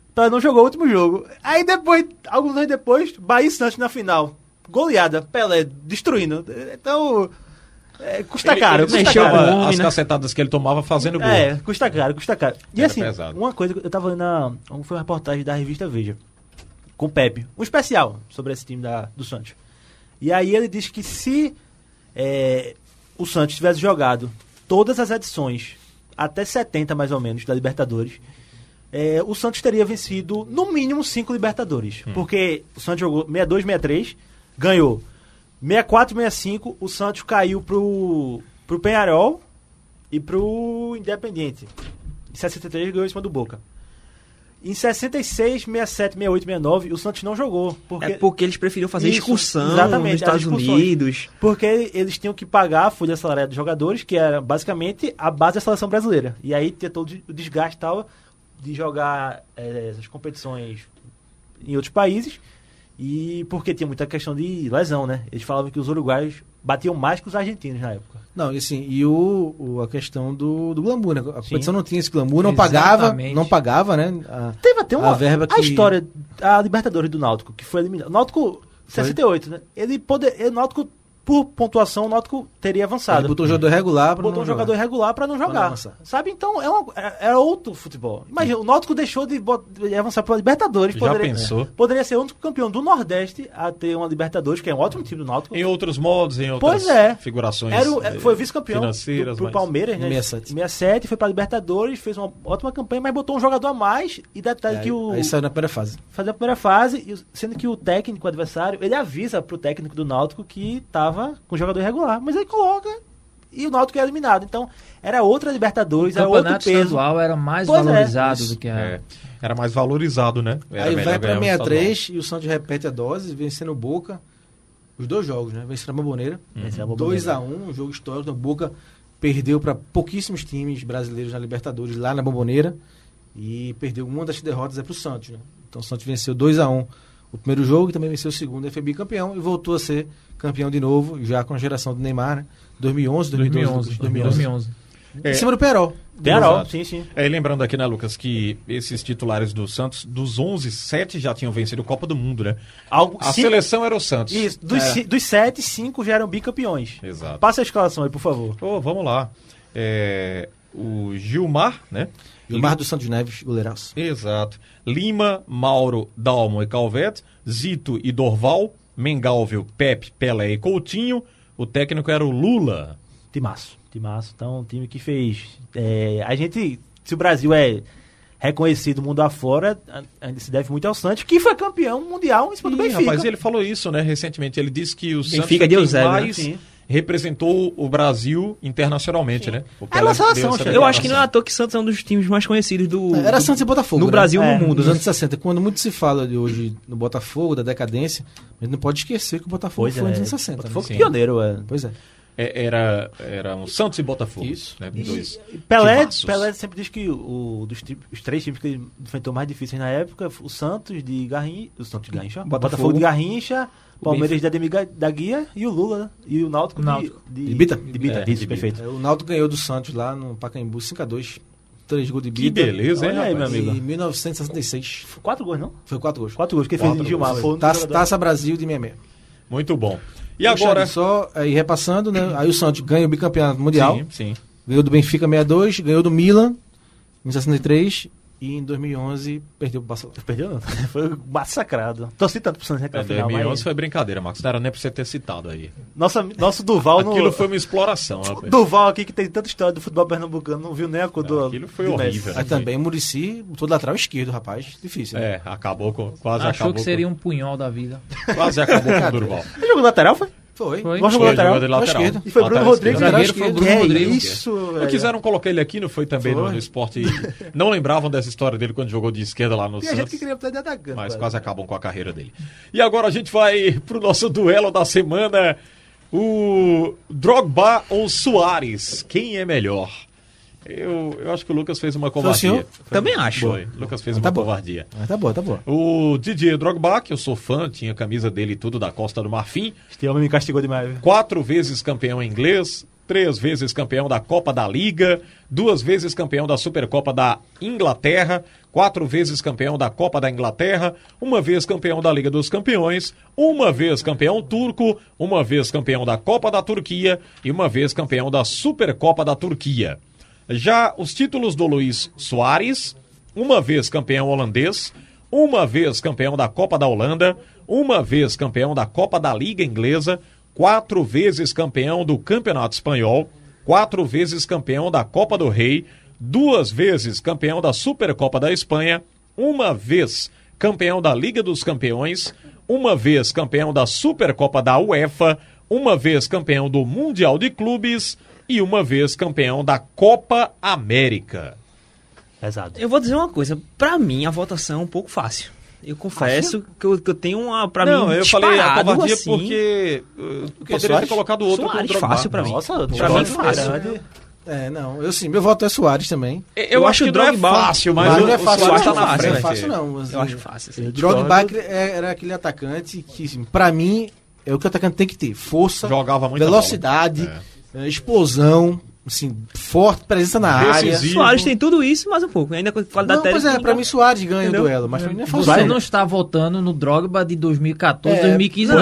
Aí depois, alguns anos depois, Bahia e Santos na final. Goleada, Pelé destruindo. Então, custa caro. As cacetadas que ele tomava fazendo gol. Custa caro. E assim, uma coisa, eu tava lendo foi uma reportagem da revista Veja, com o Pepe, um especial sobre esse time do Santos. E aí ele diz que se o Santos tivesse jogado todas as edições, até 70 mais ou menos, da Libertadores, o Santos teria vencido no mínimo 5 Libertadores. Porque o Santos jogou 62, 63, ganhou. 64, 65, o Santos caiu pro Peñarol e pro Independiente. Em 63 ganhou em cima do Boca. Em 66, 67, 68, 69, o Santos não jogou. Porque eles preferiam fazer excursão nos Estados Unidos. Porque eles tinham que pagar a folha salarial dos jogadores, que era basicamente a base da seleção brasileira. E aí tinha todo o desgaste tal de jogar essas competições em outros países. E porque tinha muita questão de lesão, né? Eles falavam que os uruguaios batiam mais que os argentinos na época. Não, e assim, a questão do glamour, né? A competição não tinha esse glamour, não pagava, né? Teve até uma verba que... A história, a Libertadores do Náutico, que foi eliminado. O Náutico, 68, né? O Náutico, por pontuação, o Náutico teria avançado. Ele botou um jogador regular para não jogar. Sabe? Então, é outro futebol. Imagina, o Náutico deixou de avançar para a Libertadores. Poderia ser o único campeão do Nordeste a ter uma Libertadores, que é um ótimo time do Náutico. Em outros modos, em outras figurações foi vice-campeão financeiras. Pro Palmeiras, né? 67, foi para a Libertadores, fez uma ótima campanha, mas botou um jogador a mais e detalhe que o... Aí saiu na primeira fase. Fazia a primeira fase, sendo que o técnico, o adversário, ele avisa pro técnico do Náutico que tava com o jogador irregular, mas aí coloca e o Náutico é eliminado. Então, era outra Libertadores, era outro peso. O campeonato estadual era mais valorizado do que era mais valorizado, né? Aí vai pra 63 e o Santos repete a dose, vencendo o Boca, os 2 jogos, né? Vencendo a Bomboneira, 2-1, um jogo histórico. O Boca perdeu para pouquíssimos times brasileiros na Libertadores, lá na Bomboneira, e perdeu uma das derrotas pro Santos, né? Então o Santos venceu 2-1 o primeiro jogo e também venceu o segundo, foi bicampeão e voltou a ser campeão de novo, já com a geração do Neymar, né? 2011. Em cima do Perol. Sim. Lembrando aqui, né, Lucas, que esses titulares do Santos, dos 11, 7 já tinham vencido a Copa do Mundo, né? Seleção era o Santos. Isso, dos 7, 5 já eram bicampeões. Exato. Passa a escalação aí, por favor. Vamos lá. O Gilmar, né? Gilmar dos Santos Neves, goleiraço. Exato. Lima, Mauro, Dalmo e Calvete, Zito e Dorval, Mengalvio, Pepe, Pelé e Coutinho. O técnico era o Lula. Timaço. Então, um time que fez... se o Brasil é reconhecido mundo afora, ainda se deve muito ao Santos, que foi campeão mundial em cima do Benfica. Rapaz, ele falou isso, né, recentemente. Ele disse que o Santos Benfica mais representou o Brasil internacionalmente, né? Era uma seleção, eu acho que não é à toa que Santos é um dos times mais conhecidos Era Santos e Botafogo, no Brasil e no mundo. Nos anos 60, quando muito se fala de hoje no Botafogo, da decadência, mas não pode esquecer que o Botafogo foi nos anos 60. Botafogo pioneiro, Pois é. Era um Santos e Botafogo. Isso. Né? Dois Pelé sempre diz que os 3 times que ele enfrentou mais difíceis na época, o Santos de Garrincha, Botafogo de Garrincha, Palmeiras de Ademir da Guia e o Lula, né? E o Náutico de Bita. Isso, perfeito. O Náutico ganhou do Santos lá no Pacaembu 5-2. 3 gols de Bita. Que beleza, hein, aí, meu amigo? Em 1966. Foi 4 gols, não? Foi 4 gols. 4 gols que ele fez em Gilmar. Taça Brasil de 66. Muito bom. E agora... Só aí repassando, né? Aí o Santos ganha o bicampeonato mundial. Sim. Ganhou do Benfica 62, ganhou do Milan em 63 e em 2011 perdeu pro Barcelona. Perdeu não, foi massacrado. Torci tanto pro Santos naquela final. 2011 foi brincadeira, Marcos. Não era nem pra você ter citado aí. Nosso Duval... Aquilo foi uma exploração. Duval aqui, que tem tanta história do futebol pernambucano, não viu nem a cor do... Aquilo foi horrível. Aí também o Muricy, todo lateral esquerdo, rapaz. Difícil. Né? Acabou com... Achou que seria um punhol da vida. Quase acabou com o Durval. Ele jogou lateral, foi? Foi. Jogou lateral. Esquerdo. E foi Bruno Rodrigues. Zagueiro foi o Bruno Rodrigues. Isso, velho. Quiseram colocar ele aqui, não foi também no esporte. Não lembravam dessa história dele quando jogou de esquerda lá no Santos. E a gente que queria estar de atacante. Mas quase acabam com a carreira dele. E agora a gente vai pro nosso duelo da semana. O Drogba ou Soares? Quem é melhor? Eu acho que o Lucas fez uma covardia. Também acho. Foi. Lucas fez uma covardia. Tá boa. O Didier Drogba, que eu sou fã, tinha a camisa dele e tudo da Costa do Marfim. Este homem me castigou demais. 4 vezes campeão inglês, 3 vezes campeão da Copa da Liga, 2 vezes campeão da Supercopa da Inglaterra, 4 vezes campeão da Copa da Inglaterra, 1 vez campeão da Liga dos Campeões, 1 vez campeão turco, 1 vez campeão da Copa da Turquia e 1 vez campeão da Supercopa da Turquia. Já os títulos do Luís Soares, 1 vez campeão holandês, 1 vez campeão da Copa da Holanda, 1 vez campeão da Copa da Liga Inglesa, 4 vezes campeão do Campeonato Espanhol, 4 vezes campeão da Copa do Rei, 2 vezes campeão da Supercopa da Espanha, 1 vez campeão da Liga dos Campeões, 1 vez campeão da Supercopa da UEFA, 1 vez campeão do Mundial de Clubes e 1 vez campeão da Copa América. Pesado. Eu vou dizer uma coisa, pra mim a votação é um pouco fácil. Eu confesso que eu tenho uma, pra mim, eu falei a covardia assim, porque poderia ter colocado outro Soares com o Drogba. fácil pra mim. Nossa, pra mim fácil. Meu voto é Soares também. Eu acho que o Drogba é fácil, mas não é fácil, Soares tá não, na frente. não é fácil não. Assim, eu acho fácil. Assim. O Drogba era aquele atacante que, assim, pra mim, é o que o atacante tem que ter. Força, jogava muita velocidade, explosão, assim, forte, presença na área. Soares tem tudo isso, mas um pouco. Ainda com qualidade técnica. Pois pra mim Soares ganha o duelo, mas pra mim não é fácil. Você não está votando no Drogba de 2014, 2015.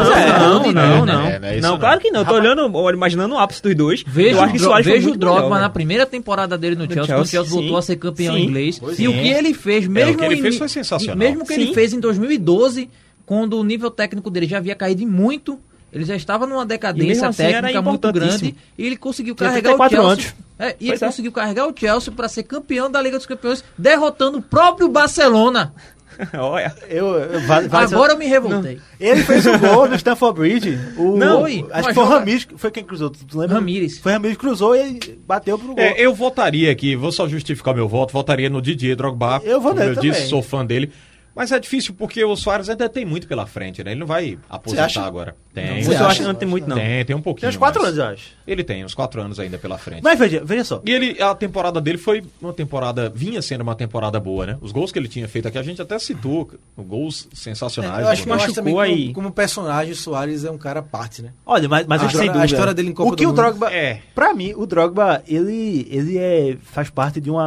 Não, claro que não. Eu tô imaginando o ápice dos dois. Vejo o Drogba melhor, na primeira temporada dele no Chelsea, quando o Chelsea voltou a ser campeão inglês. E o que ele fez, o que ele fez foi sensacional. Mesmo que ele fez em 2012, quando o nível técnico dele já havia caído muito, ele já estava numa decadência técnica muito grande e ele conseguiu carregar o Chelsea. Conseguiu carregar o Chelsea para ser campeão da Liga dos Campeões, derrotando o próprio Barcelona. Olha, agora eu me revoltei. Ele fez o gol no Stamford Bridge. Acho que foi o Ramires. Foi quem cruzou? Tu lembra? Ramires. Foi Ramires que cruzou e bateu pro gol. Eu votaria aqui, vou só justificar meu voto, votaria no Didier Drogba. Eu vou nele também. Disse, sou fã dele. Mas é difícil porque o Soares ainda tem muito pela frente, né? Ele não vai aposentar agora. Tem. Eu acho que não tem muito, não. Tem um pouquinho. Tem uns 4 anos, eu acho. Ele tem uns 4 anos ainda pela frente. Mas veja só. E a temporada dele foi uma temporada, vinha sendo uma temporada boa, né? Os gols que ele tinha feito aqui, a gente até citou, gols sensacionais. Eu acho que machucou aí. Como personagem, o Soares é um cara à parte, né? Olha, mas a história dele em Copa do Mundo. O Drogba pra mim, o Drogba, ele faz parte de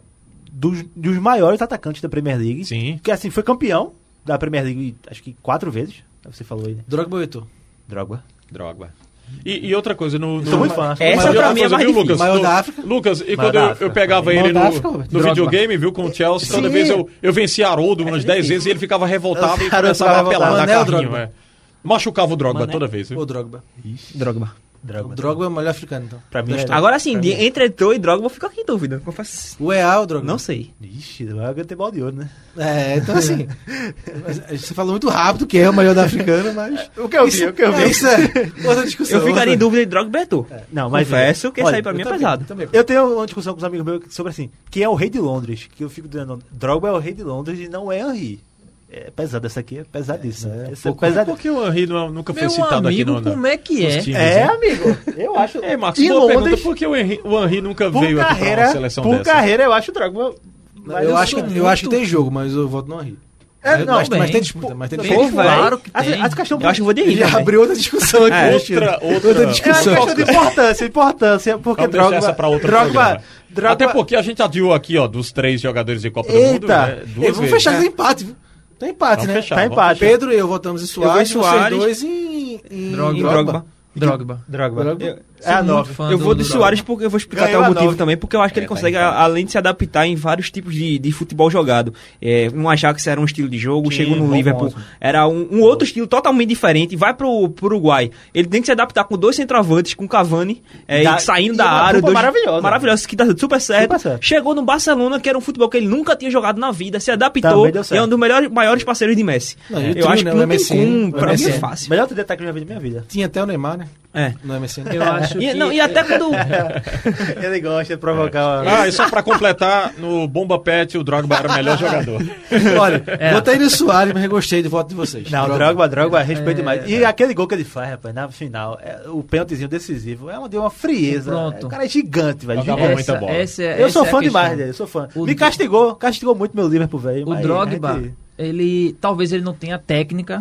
dos maiores atacantes da Premier League. Sim. Porque assim, foi campeão da Premier League, acho que 4 vezes. Você falou aí, né? Drogba ou Eto'o? Drogba. E outra coisa, sou muito fã. Essa pra mim é mais difícil. Lucas, maior da África. Lucas, e quando eu pegava ele no videogame, viu, com o Chelsea, toda vez eu vencia Haroldo umas 10 vezes e ele ficava revoltado e começava a apelar na carrinho. Machucava o Drogba toda vez. Viu? O Drogba. Drogba. Drogba é o melhor africano, então. Pra mim Agora sim, entre Eto'o e Drogba eu fico aqui em dúvida. O EA ou o Drogba? Não sei. Ixi, vai ter bola de ouro, né? Então assim, você falou muito rápido que é o melhor da africana, mas... O que eu vi. Isso é outra discussão. Eu ficaria em dúvida de Drogba e Eto'o. Não, mas confesso que esse aí pra mim é pesado. Eu tenho uma discussão com os amigos meus sobre assim, quem é o rei de Londres? Que eu fico dizendo, Drogba é o rei de Londres e não é Henry. É pesado, essa aqui é pesadíssima. Por que o Henry nunca foi citado aqui no como é que é? Amigo, eu acho. Marcos, boa pergunta, por que o Henry nunca veio aqui pra uma seleção dessa? Por carreira, eu acho o Drogba. Eu acho que tem jogo, mas eu voto no Henry. Mas tem disputa. Claro que tem. Eu acho que vou de Henry. Já abriu outra discussão aqui. Outra discussão. É uma questão de importância, porque Drogba... essa pra outro Drogba... Até porque a gente adiou aqui, ó, dos 3 jogadores de Copa do Mundo, né? Vamos fechar com empate, viu? Tá empate, né? Tá empate. Pedro e eu votamos em Soares, vocês dois em Drogba. É 9. Eu vou de Soares porque eu vou explicar até o motivo também, porque eu acho que ele consegue, além de se adaptar em vários tipos de futebol jogado. No Ajax era um estilo de jogo, chegou no Liverpool, era um outro estilo totalmente diferente, vai pro Uruguai. Ele tem que se adaptar com 2 centroavantes, com Cavani, saindo da área. Maravilhoso, que dá super certo. Chegou no Barcelona, que era um futebol que ele nunca tinha jogado na vida, se adaptou e é um dos maiores parceiros de Messi. Eu acho que não tem como, pra mim é fácil. Melhor ter ataque que eu já vi na minha vida. Tinha até o Neymar, né? No MSN. Eu acho que... E até quando... Ele gosta de provocar... E só pra completar, no Bomba Pet o Drogba era o melhor jogador. Olha, votei no Soares, mas eu gostei do voto de vocês. Não, Drogba, respeito demais. E aquele gol que ele faz, rapaz, na final, o pênaltizinho decisivo, deu uma frieza. Pronto. O cara é gigante, velho. Muita bola. Eu sou fã demais dele, sou fã. Me castigou muito meu Liverpool, velho. O Drogba, talvez ele não tenha técnica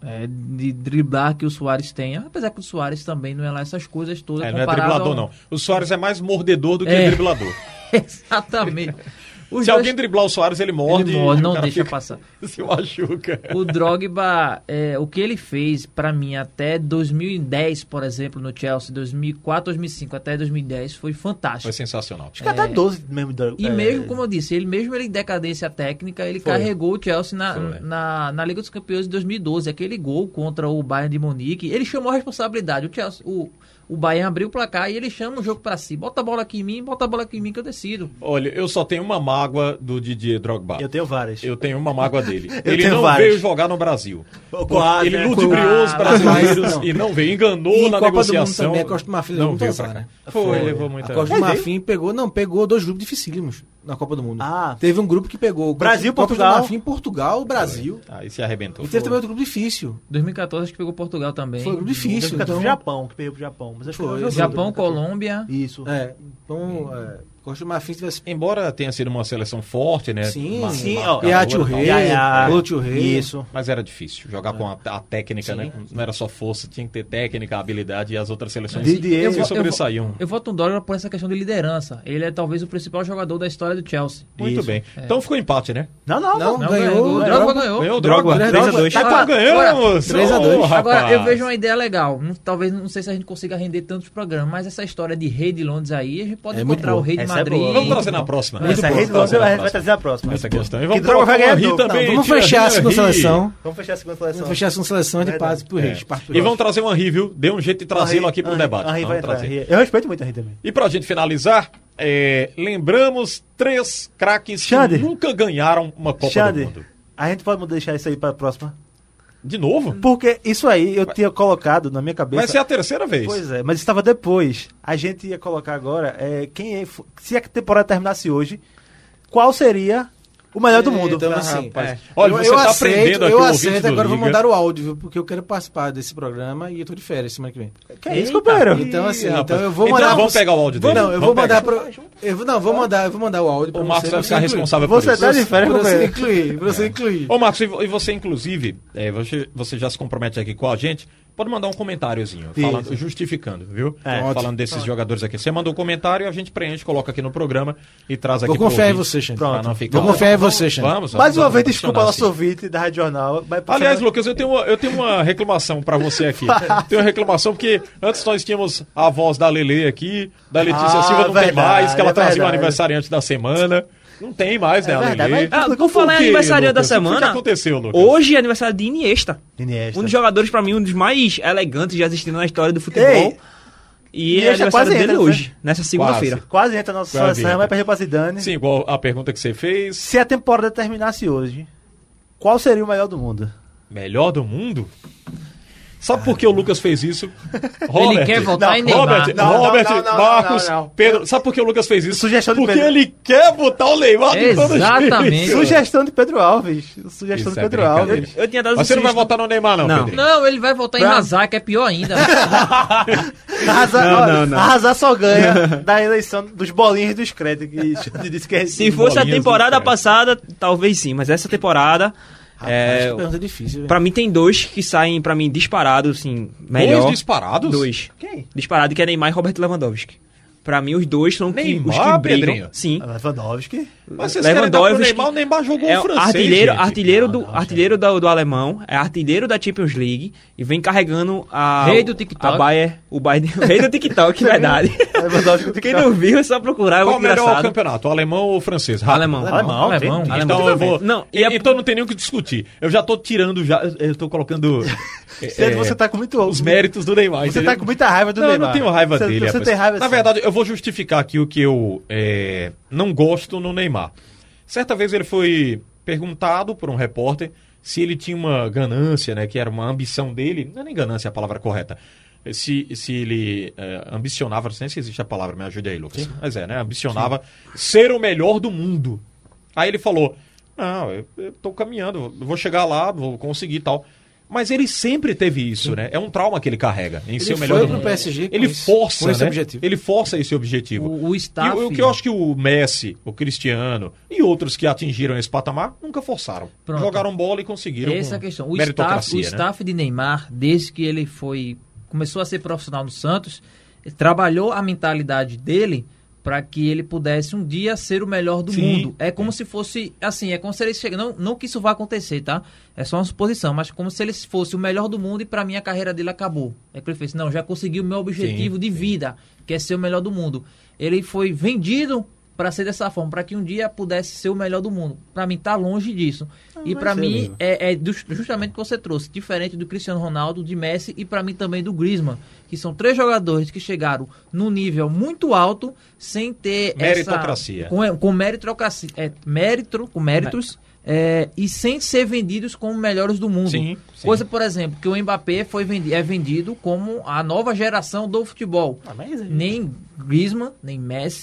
de driblar que o Soares tenha, apesar que o Soares também não é lá essas coisas todas. Não é driblador, não. O Soares é mais mordedor do que driblador. Exatamente. Se alguém driblar o Soares, ele morde. Não deixa passar. Se machuca. O Drogba, o que ele fez, pra mim, até 2010, por exemplo, no Chelsea, 2004, 2005, até 2010, foi fantástico. Foi sensacional. Acho que até 12 mesmo. E mesmo, como eu disse, ele em decadência técnica, ele carregou o Chelsea na Liga dos Campeões de 2012. Aquele gol contra o Bayern de Munique, ele chamou a responsabilidade. O Chelsea, o Bayern abriu o placar e ele chama o jogo pra si. Bota a bola aqui em mim que eu decido. Olha, eu só tenho uma mágoa do Didier Drogba. Eu tenho várias. Eu tenho uma mágoa dele. Ele não veio jogar no Brasil. Ele ludibriou os brasileiros e não veio. Enganou na negociação. Também, a Costa do Marfim levou muito azar, né? Levou muito azar. A Costa do Marfim pegou 2 grupos dificílimos. na Copa do Mundo. Teve um grupo que pegou Brasil, Portugal. Portugal, Brasil. Aí se arrebentou. E teve também outro grupo difícil. 2014 acho que pegou Portugal também. Foi um grupo difícil. 2014 foi o Japão, que perdeu pro Japão. Mas acho que Japão, Colômbia. Isso. Então, Costa do Marfim tivesse... Embora tenha sido uma seleção forte, né? Sim. E a Tio Rei, o Tio Rei. Isso. Mas era difícil jogar com a técnica, né? Não era só força, tinha que ter técnica, habilidade, e as outras seleções se sobressaíam. Eu voto um dólar por essa questão de liderança. Ele é talvez o principal jogador da história do Chelsea. Muito bem. Então ficou empate, né? Não, ganhou. O Drogba ganhou. Ganhou o Drogba. 3-2. Ganhamos! 3-2. Agora, eu vejo uma ideia legal. Talvez, não sei se a gente consiga render tantos programas, mas essa história de rei de Londres aí, a gente pode encontrar o rei de Madrid. Vamos trazer na próxima. Essa rei de Londres a gente vai trazer na próxima. Essa questão. E vamos colocar o Henry também. Vamos fechar a segunda seleção. Vamos fechar a segunda seleção de paz pro Rei. E vamos trazer o Henry, viu? Dê um jeito de trazê-lo aqui pro debate. Henry vai trazer. Eu respeito muito o Henry também. E pra gente finalizar, lembramos 3 craques que nunca ganharam uma Copa do Mundo. A gente pode deixar isso aí pra próxima? De novo? Porque isso aí eu tinha colocado na minha cabeça. Vai ser a terceira vez. Pois é, mas estava depois. A gente ia colocar agora, se a temporada terminasse hoje, qual seria o melhor do mundo? Então, assim, olha, você tá aprendendo aqui. Eu aceito, agora vou mandar o áudio, viu? Porque eu quero participar desse programa e eu tô de férias semana que vem. Que é isso, companheiro? Então, assim, eu vou mandar. Então, vamos pegar o áudio dele. Não, eu vou mandar eu vou mandar o áudio pra você. O Marcos vai ficar responsável por isso. Você tá de férias, companheiro. Você incluir. Ô, Marcos, e você, inclusive, você já se compromete aqui com a gente, pode mandar um comentáriozinho, justificando, viu? Falando desses jogadores aqui. Você manda um comentário e a gente preenche, coloca aqui no programa e traz aqui. Vou confiar em você, Xande. Vou confiar em você, Xande. Vamos. Mais uma vez, desculpa nosso ouvinte da Rádio Jornal. Aliás, Lucas, eu tenho uma reclamação pra você aqui. Tenho uma reclamação porque antes nós tínhamos a voz da Lelê aqui, da Letícia Silva não tem mais, que ela trazia o aniversariante da semana. Não tem mais, né, Lelê? Por falar em aniversariante da semana, o que aconteceu, Lucas? Hoje é aniversário de Iniesta. Um dos jogadores, pra mim, um dos mais elegantes já existindo na história do futebol. E é aniversário dele hoje, nessa segunda-feira. Quase entra na nossa seleção, vai perder pra Zidane. Sim, igual a pergunta que você fez. Se a temporada terminasse hoje, qual seria o melhor do mundo? Melhor do mundo? Sabe por que o Lucas fez isso? Robert, ele quer voltar em Neymar. Robert, Marcos, Pedro. Sabe por que o Lucas fez isso? Sugestão de Porque Pedro. Ele quer botar o Neymar de todo jeito. Exatamente. Sugestão de Pedro Alves. Sugestão de Pedro Alves. Eu tinha dado Mas você não vai votar no Neymar, não, Pedro? Não, ele vai votar em Hazard, que é pior ainda. Hazard só ganha da eleição dos bolinhos dos créditos. Se fosse a temporada passada, talvez sim, mas essa temporada... pergunta difícil, pra mim tem 2 que saem pra mim disparados, assim, melhor. 2 disparados? 2. Quem? Disparado, que é Neymar e Robert Lewandowski. Pra mim os dois são os que brilham. Pedrinho? Sim. Lewandowski. Mas vocês querem dar pro Neymar, o Neymar jogou o francês, artilheiro do alemão, é artilheiro da Champions League e vem carregando rei do TikTok. o rei do TikTok, verdade. Quem não viu é só procurar. Qual o melhor campeonato, o alemão ou o francês? Alemão. Então eu vou... Então não tem nem o que discutir. Eu já tô tirando, eu tô colocando... Você tá com muito... Os méritos do Neymar. Você tá com muita raiva do Neymar. Eu não tenho raiva dele. Você tem raiva. Na verdade, eu vou justificar aqui o que eu não gosto no Neymar. Certa vez ele foi perguntado por um repórter se ele tinha uma ganância, né, que era uma ambição dele, não é nem ganância a palavra correta, se ele ambicionava, não sei se existe a palavra, me ajude aí, Lucas, mas ambicionava ser o melhor do mundo. Aí ele falou, não, eu tô caminhando, eu vou chegar lá, vou conseguir e tal. Mas ele sempre teve isso, né? É um trauma que ele carrega em ser o melhor do mundo. PSG ele força, esse né? objetivo. Ele força esse objetivo. O staff... E o que eu acho que o Messi, o Cristiano e outros que atingiram esse patamar nunca forçaram. Pronto. Jogaram bola e conseguiram. Essa é a questão. O meritocracia, staff de Neymar, desde que ele começou a ser profissional no Santos, trabalhou a mentalidade dele para que ele pudesse um dia ser o melhor do mundo. É como se fosse, assim, é como se ele chegasse, não que isso vá acontecer, tá? É só uma suposição, mas como se ele fosse o melhor do mundo e para mim a carreira dele acabou. É que ele fez, não, já consegui o meu objetivo de vida, que é ser o melhor do mundo. Ele foi vendido para ser dessa forma, para que um dia pudesse ser o melhor do mundo. Para mim tá longe disso. E para mim justamente o que você trouxe, diferente do Cristiano Ronaldo, de Messi e para mim também do Griezmann, que são 3 jogadores que chegaram num nível muito alto sem ter meritocracia. Com meritocracia, com méritos. E sem ser vendidos como melhores do mundo. Sim. Coisa, por exemplo, que o Mbappé é vendido como a nova geração do futebol. Nem Griezmann, nem Messi,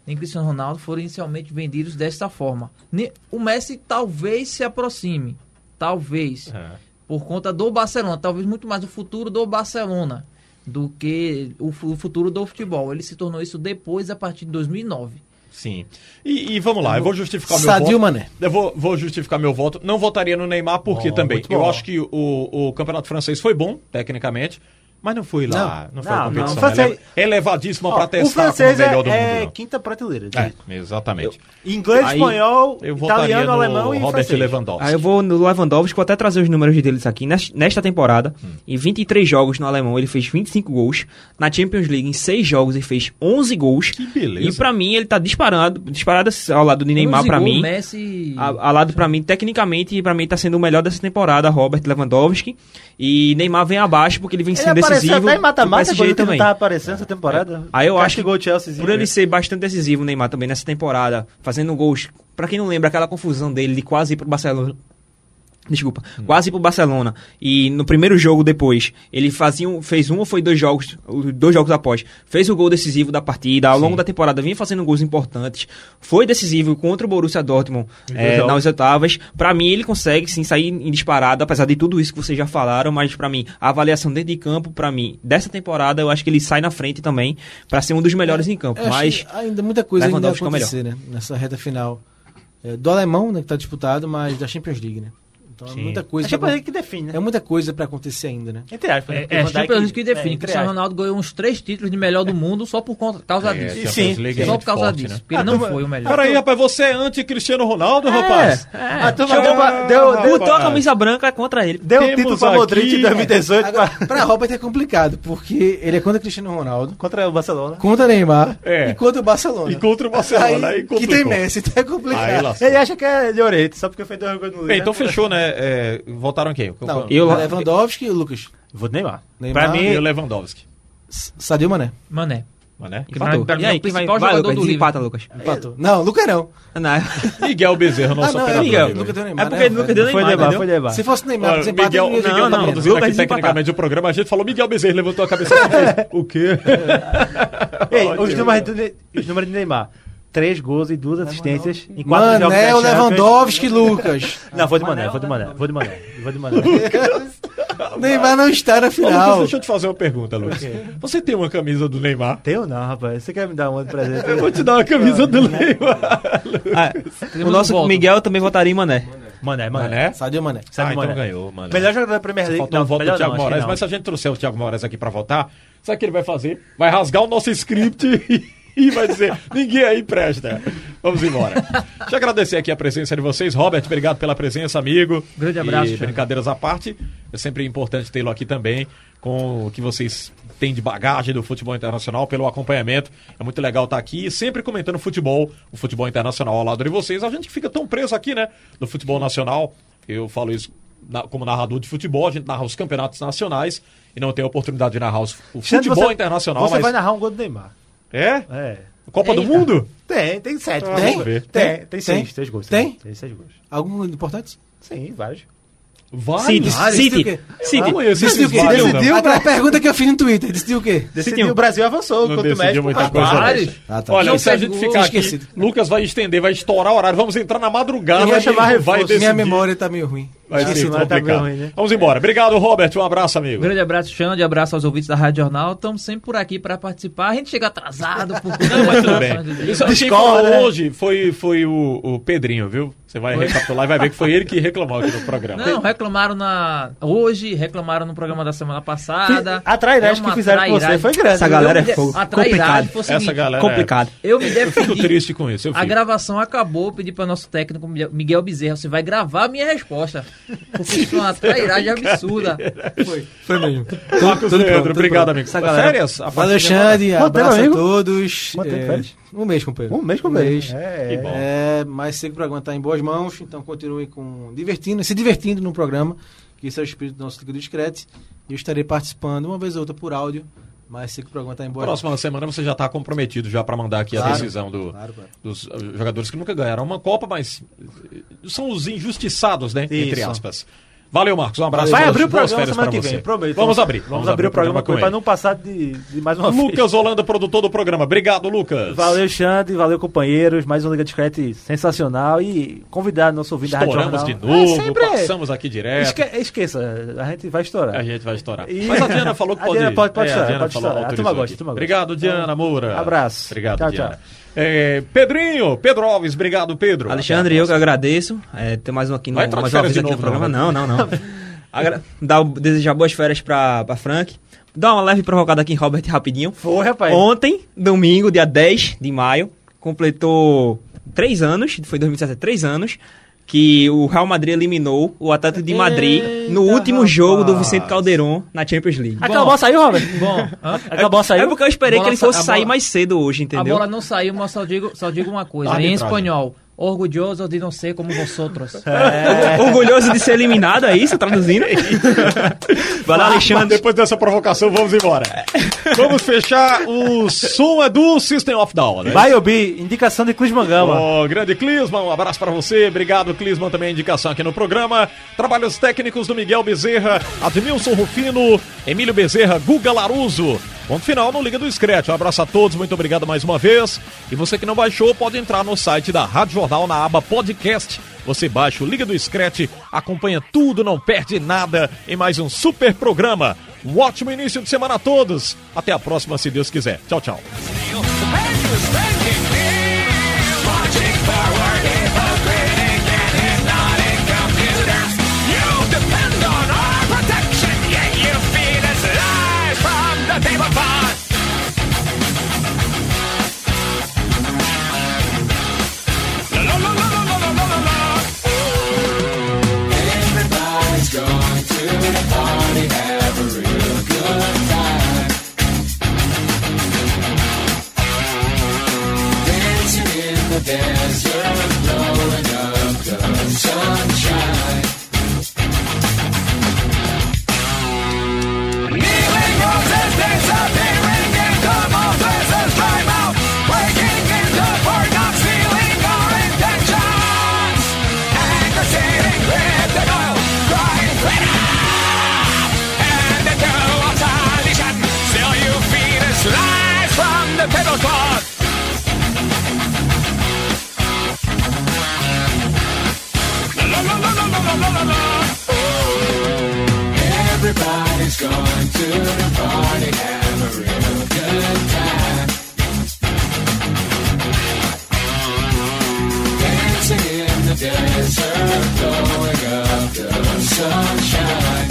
nem Cristiano Ronaldo foram inicialmente vendidos desta forma. O Messi talvez se aproxime, talvez, por conta do Barcelona, talvez muito mais o futuro do Barcelona do que o futuro do futebol. Ele se tornou isso depois, a partir de 2009. Sim. E vamos lá, eu vou justificar meu Sadio voto. Mané. Eu vou justificar meu voto. Não votaria no Neymar porque também. Eu acho que o campeonato francês foi bom, tecnicamente, mas não foi lá. Não foi uma competição elevadíssima para testar o francês como o melhor do mundo. É quinta prateleira. Exatamente. Inglês, espanhol, eu votaria italiano, no alemão e Robert francês. Lewandowski. Aí eu vou no Lewandowski, vou até trazer os números deles aqui. Nesta temporada, em 23 jogos no alemão, ele fez 25 gols. Na Champions League, em 6 jogos, ele fez 11 gols. Que beleza. E pra mim, ele tá disparado ao lado de Neymar, pra mim. Messi... Ao lado, pra mim, tecnicamente, pra mim, tá sendo o melhor dessa temporada, Robert Lewandowski. E Neymar vem abaixo, porque ele vem sendo decisivo. Até em mata-mata, quando ele também. não tava aparecendo essa temporada. Aí eu acho que, o Chelsea, por ele ser bastante decisivo, o Neymar também nessa temporada, fazendo gols. Pra quem não lembra, aquela confusão dele de quase ir pro Barcelona. Desculpa, quase ir pro Barcelona. E no primeiro jogo depois, ele fez um ou foi dois jogos após. Fez o gol decisivo da partida. Ao longo da temporada vinha fazendo gols importantes. Foi decisivo contra o Borussia Dortmund nas oitavas. Pra mim, ele consegue sim sair em disparada, apesar de tudo isso que vocês já falaram. Mas pra mim, a avaliação dentro de campo, pra mim, dessa temporada, eu acho que ele sai na frente também pra ser um dos melhores em campo. Mas ainda muita coisa ainda vai Lewandowski acontecer, né? Nessa reta final do alemão, né, que tá disputado, mas da Champions League, né? Então é muita coisa. É a Champions League que define, né? É muita coisa pra acontecer ainda, né? Entre aspas. É a Champions League que define. Cristiano Ronaldo ganhou uns 3 títulos de melhor do mundo só por causa disso. Sim, só por causa disso. Né? Porque ele não foi o melhor. Peraí, rapaz, você é anti-Cristiano Ronaldo, rapaz? A turma botou a camisa branca contra ele. Deu um título pra Modric em 2018. Agora, pra Robert é complicado, porque ele é contra Cristiano Ronaldo, contra o Barcelona, contra Neymar e contra o Barcelona. E contra o Barcelona. Aí, que tem Messi, então é complicado. Ele acha que é de Orete, só porque fez 2 gols no Liga. Então fechou, né? Voltaram quem? Não, eu Lewandowski e o Lucas. Vou de Neymar. Pra mim, e o Lewandowski. Sadio Mané. Mané. Empatou. E aí, quem vai jogador do empata, Lucas. Empatou. Não, Lucas não. Miguel Bezerra, nosso operador. Miguel. Lucas deu Neymar. É porque Lucas deu Neymar. Foi Neymar. Se fosse Neymar, Olha, Miguel tá produzindo aqui tecnicamente o programa. A gente falou Miguel Bezerra, levantou a cabeça e fez o quê? Os números de Neymar. 3 gols e 2 assistências em 4 jogos. Mané, o Lewandowski e Lucas. Não, vou de Mané. Neymar não está na final. Deixa eu te fazer uma pergunta, Lucas. Você tem uma camisa do Neymar? Tenho não, rapaz. Você quer me dar uma de presente? Eu vou te dar uma camisa do Neymar. O nosso Miguel também votaria em Mané. Mané? Sadio Mané. Então ganhou, Mané. Melhor jogador da Premier League. Faltou um voto do Thiago Moraes, mas se a gente trouxer o Thiago Moraes aqui pra votar, sabe o que ele vai fazer? Vai rasgar o nosso script e vai dizer, ninguém aí presta. Vamos embora. Deixa eu agradecer aqui a presença de vocês. Robert, obrigado pela presença, amigo. Grande abraço. E brincadeiras à parte, é sempre importante tê-lo aqui também, com o que vocês têm de bagagem do futebol internacional, pelo acompanhamento. É muito legal estar aqui, sempre comentando o futebol internacional ao lado de vocês. A gente fica tão preso aqui, né, no futebol nacional. Eu falo isso como narrador de futebol, a gente narra os campeonatos nacionais e não tem a oportunidade de narrar o futebol internacional. Você vai narrar um gol do Neymar. É? Copa do Mundo? Tem 7. Tem 6 gols. Tem 6 gols. Algum importante? Sim, vários. City. Decidiu aquela pergunta que eu fiz no Twitter. Decidiu o quê? Decidiu. O Brasil avançou contra o México. Muita coisa. Olha, se a gente ficar aqui, Lucas vai estender, vai estourar o horário. Vamos entrar na madrugada. Vai decidir. Minha memória tá meio ruim. Vai ser complicado. Né? Vamos embora. Obrigado, Robert. Um abraço, amigo. Grande abraço, Xande. Abraço aos ouvintes da Rádio Jornal. Estamos sempre por aqui para participar. A gente chega atrasado. Mas tudo bem. Quem falou hoje foi o Pedrinho, viu? Você vai recapitular e vai ver que foi ele que reclamou aqui no programa. Não, reclamaram hoje, reclamaram no programa da semana passada. A trairagem que fizeram com você foi grande. Essa galera é fogo. A trairagem foi o seguinte, essa galera complicado. Eu me defendi. Eu fico triste com isso. A gravação acabou, pedi para nosso técnico Miguel Bezerra, você vai gravar a minha resposta. Porque isso foi uma trairagem absurda. Foi mesmo. Marcos Leandro, obrigado, amigo. Férias? Valeu, Xande. Abraço a todos. Quanto tempo férias? Um mês, companheiro. Um mês. Que bom. Mas sei que o programa está em boas mãos, então continue se divertindo no programa, que esse é o espírito do nosso Liga do Discrete. Eu estarei participando uma vez ou outra por áudio, mas sei que o programa está em boas mãos. Próxima semana você já está comprometido já para mandar aqui a decisão dos jogadores que nunca ganharam uma Copa, mas são os injustiçados, né? Entre aspas. Valeu, Marcos. Um abraço. Vai abrir o programa semana que vem, prometo. Vamos abrir. Vamos abrir o programa com ele, para não passar de mais uma vez. Lucas Holanda, produtor do programa. Obrigado, Lucas. Valeu, Xande. Valeu, companheiros. Mais um Liga Discrete sensacional. E convidar nosso ouvinte da Rádio Jornal. Estouramos de novo, passamos aqui direto. Esqueça, a gente vai estourar. Mas a Diana falou que pode. Pode estourar. A turma gosta. Obrigado, Diana Moura. Abraço. Obrigado, tchau, Diana. Pedro Alves, obrigado, Pedro. Alexandre, eu que agradeço. Tem mais um aqui no programa. Não. Desejar boas férias pra Frank. Dar uma leve provocada aqui em Robert rapidinho. Foi, rapaz. Ontem, domingo, dia 10 de maio, completou 3 anos, foi 2017, 3 anos, que o Real Madrid eliminou o Atlético de Madrid no último jogo do Vicente Calderón na Champions League. Acabou a bola saiu, Robert? Acabou a sair? É porque eu esperei que ele fosse sair mais cedo hoje, entendeu? A bola não saiu, mas só digo uma coisa. Em espanhol. Orgulhoso de não ser como vosotros. Orgulhoso de ser eliminado, é isso? Traduzindo? Vai lá, Alexandre. Depois dessa provocação, vamos embora. Vamos fechar. O som é do System of Down, né? Vai, Obi, indicação de Clisman Gama. Grande Clisman, um abraço pra você. Obrigado, Clisman, também a indicação aqui no programa. Trabalhos técnicos do Miguel Bezerra, Admilson Rufino, Emílio Bezerra, Guga Laruso. Ponto final no Liga do Scratch. Um abraço a todos, muito obrigado mais uma vez. E você que não baixou, pode entrar no site da Rádio Jornal na aba Podcast. Você baixa o Liga do Scratch, acompanha tudo, não perde nada em mais um super programa. Um ótimo início de semana a todos. Até a próxima, se Deus quiser. Tchau, tchau. Desert blowing up the sunshine. Kneeling roses disappearing into more places, time out, breaking into for not stealing our intentions. Anger sitting with the oil, crying freedom. And into obsession, still you feed us lies from the tablecloth. Everybody's going to the party, have a real good time. Dancing in the desert, blowing up the sunshine.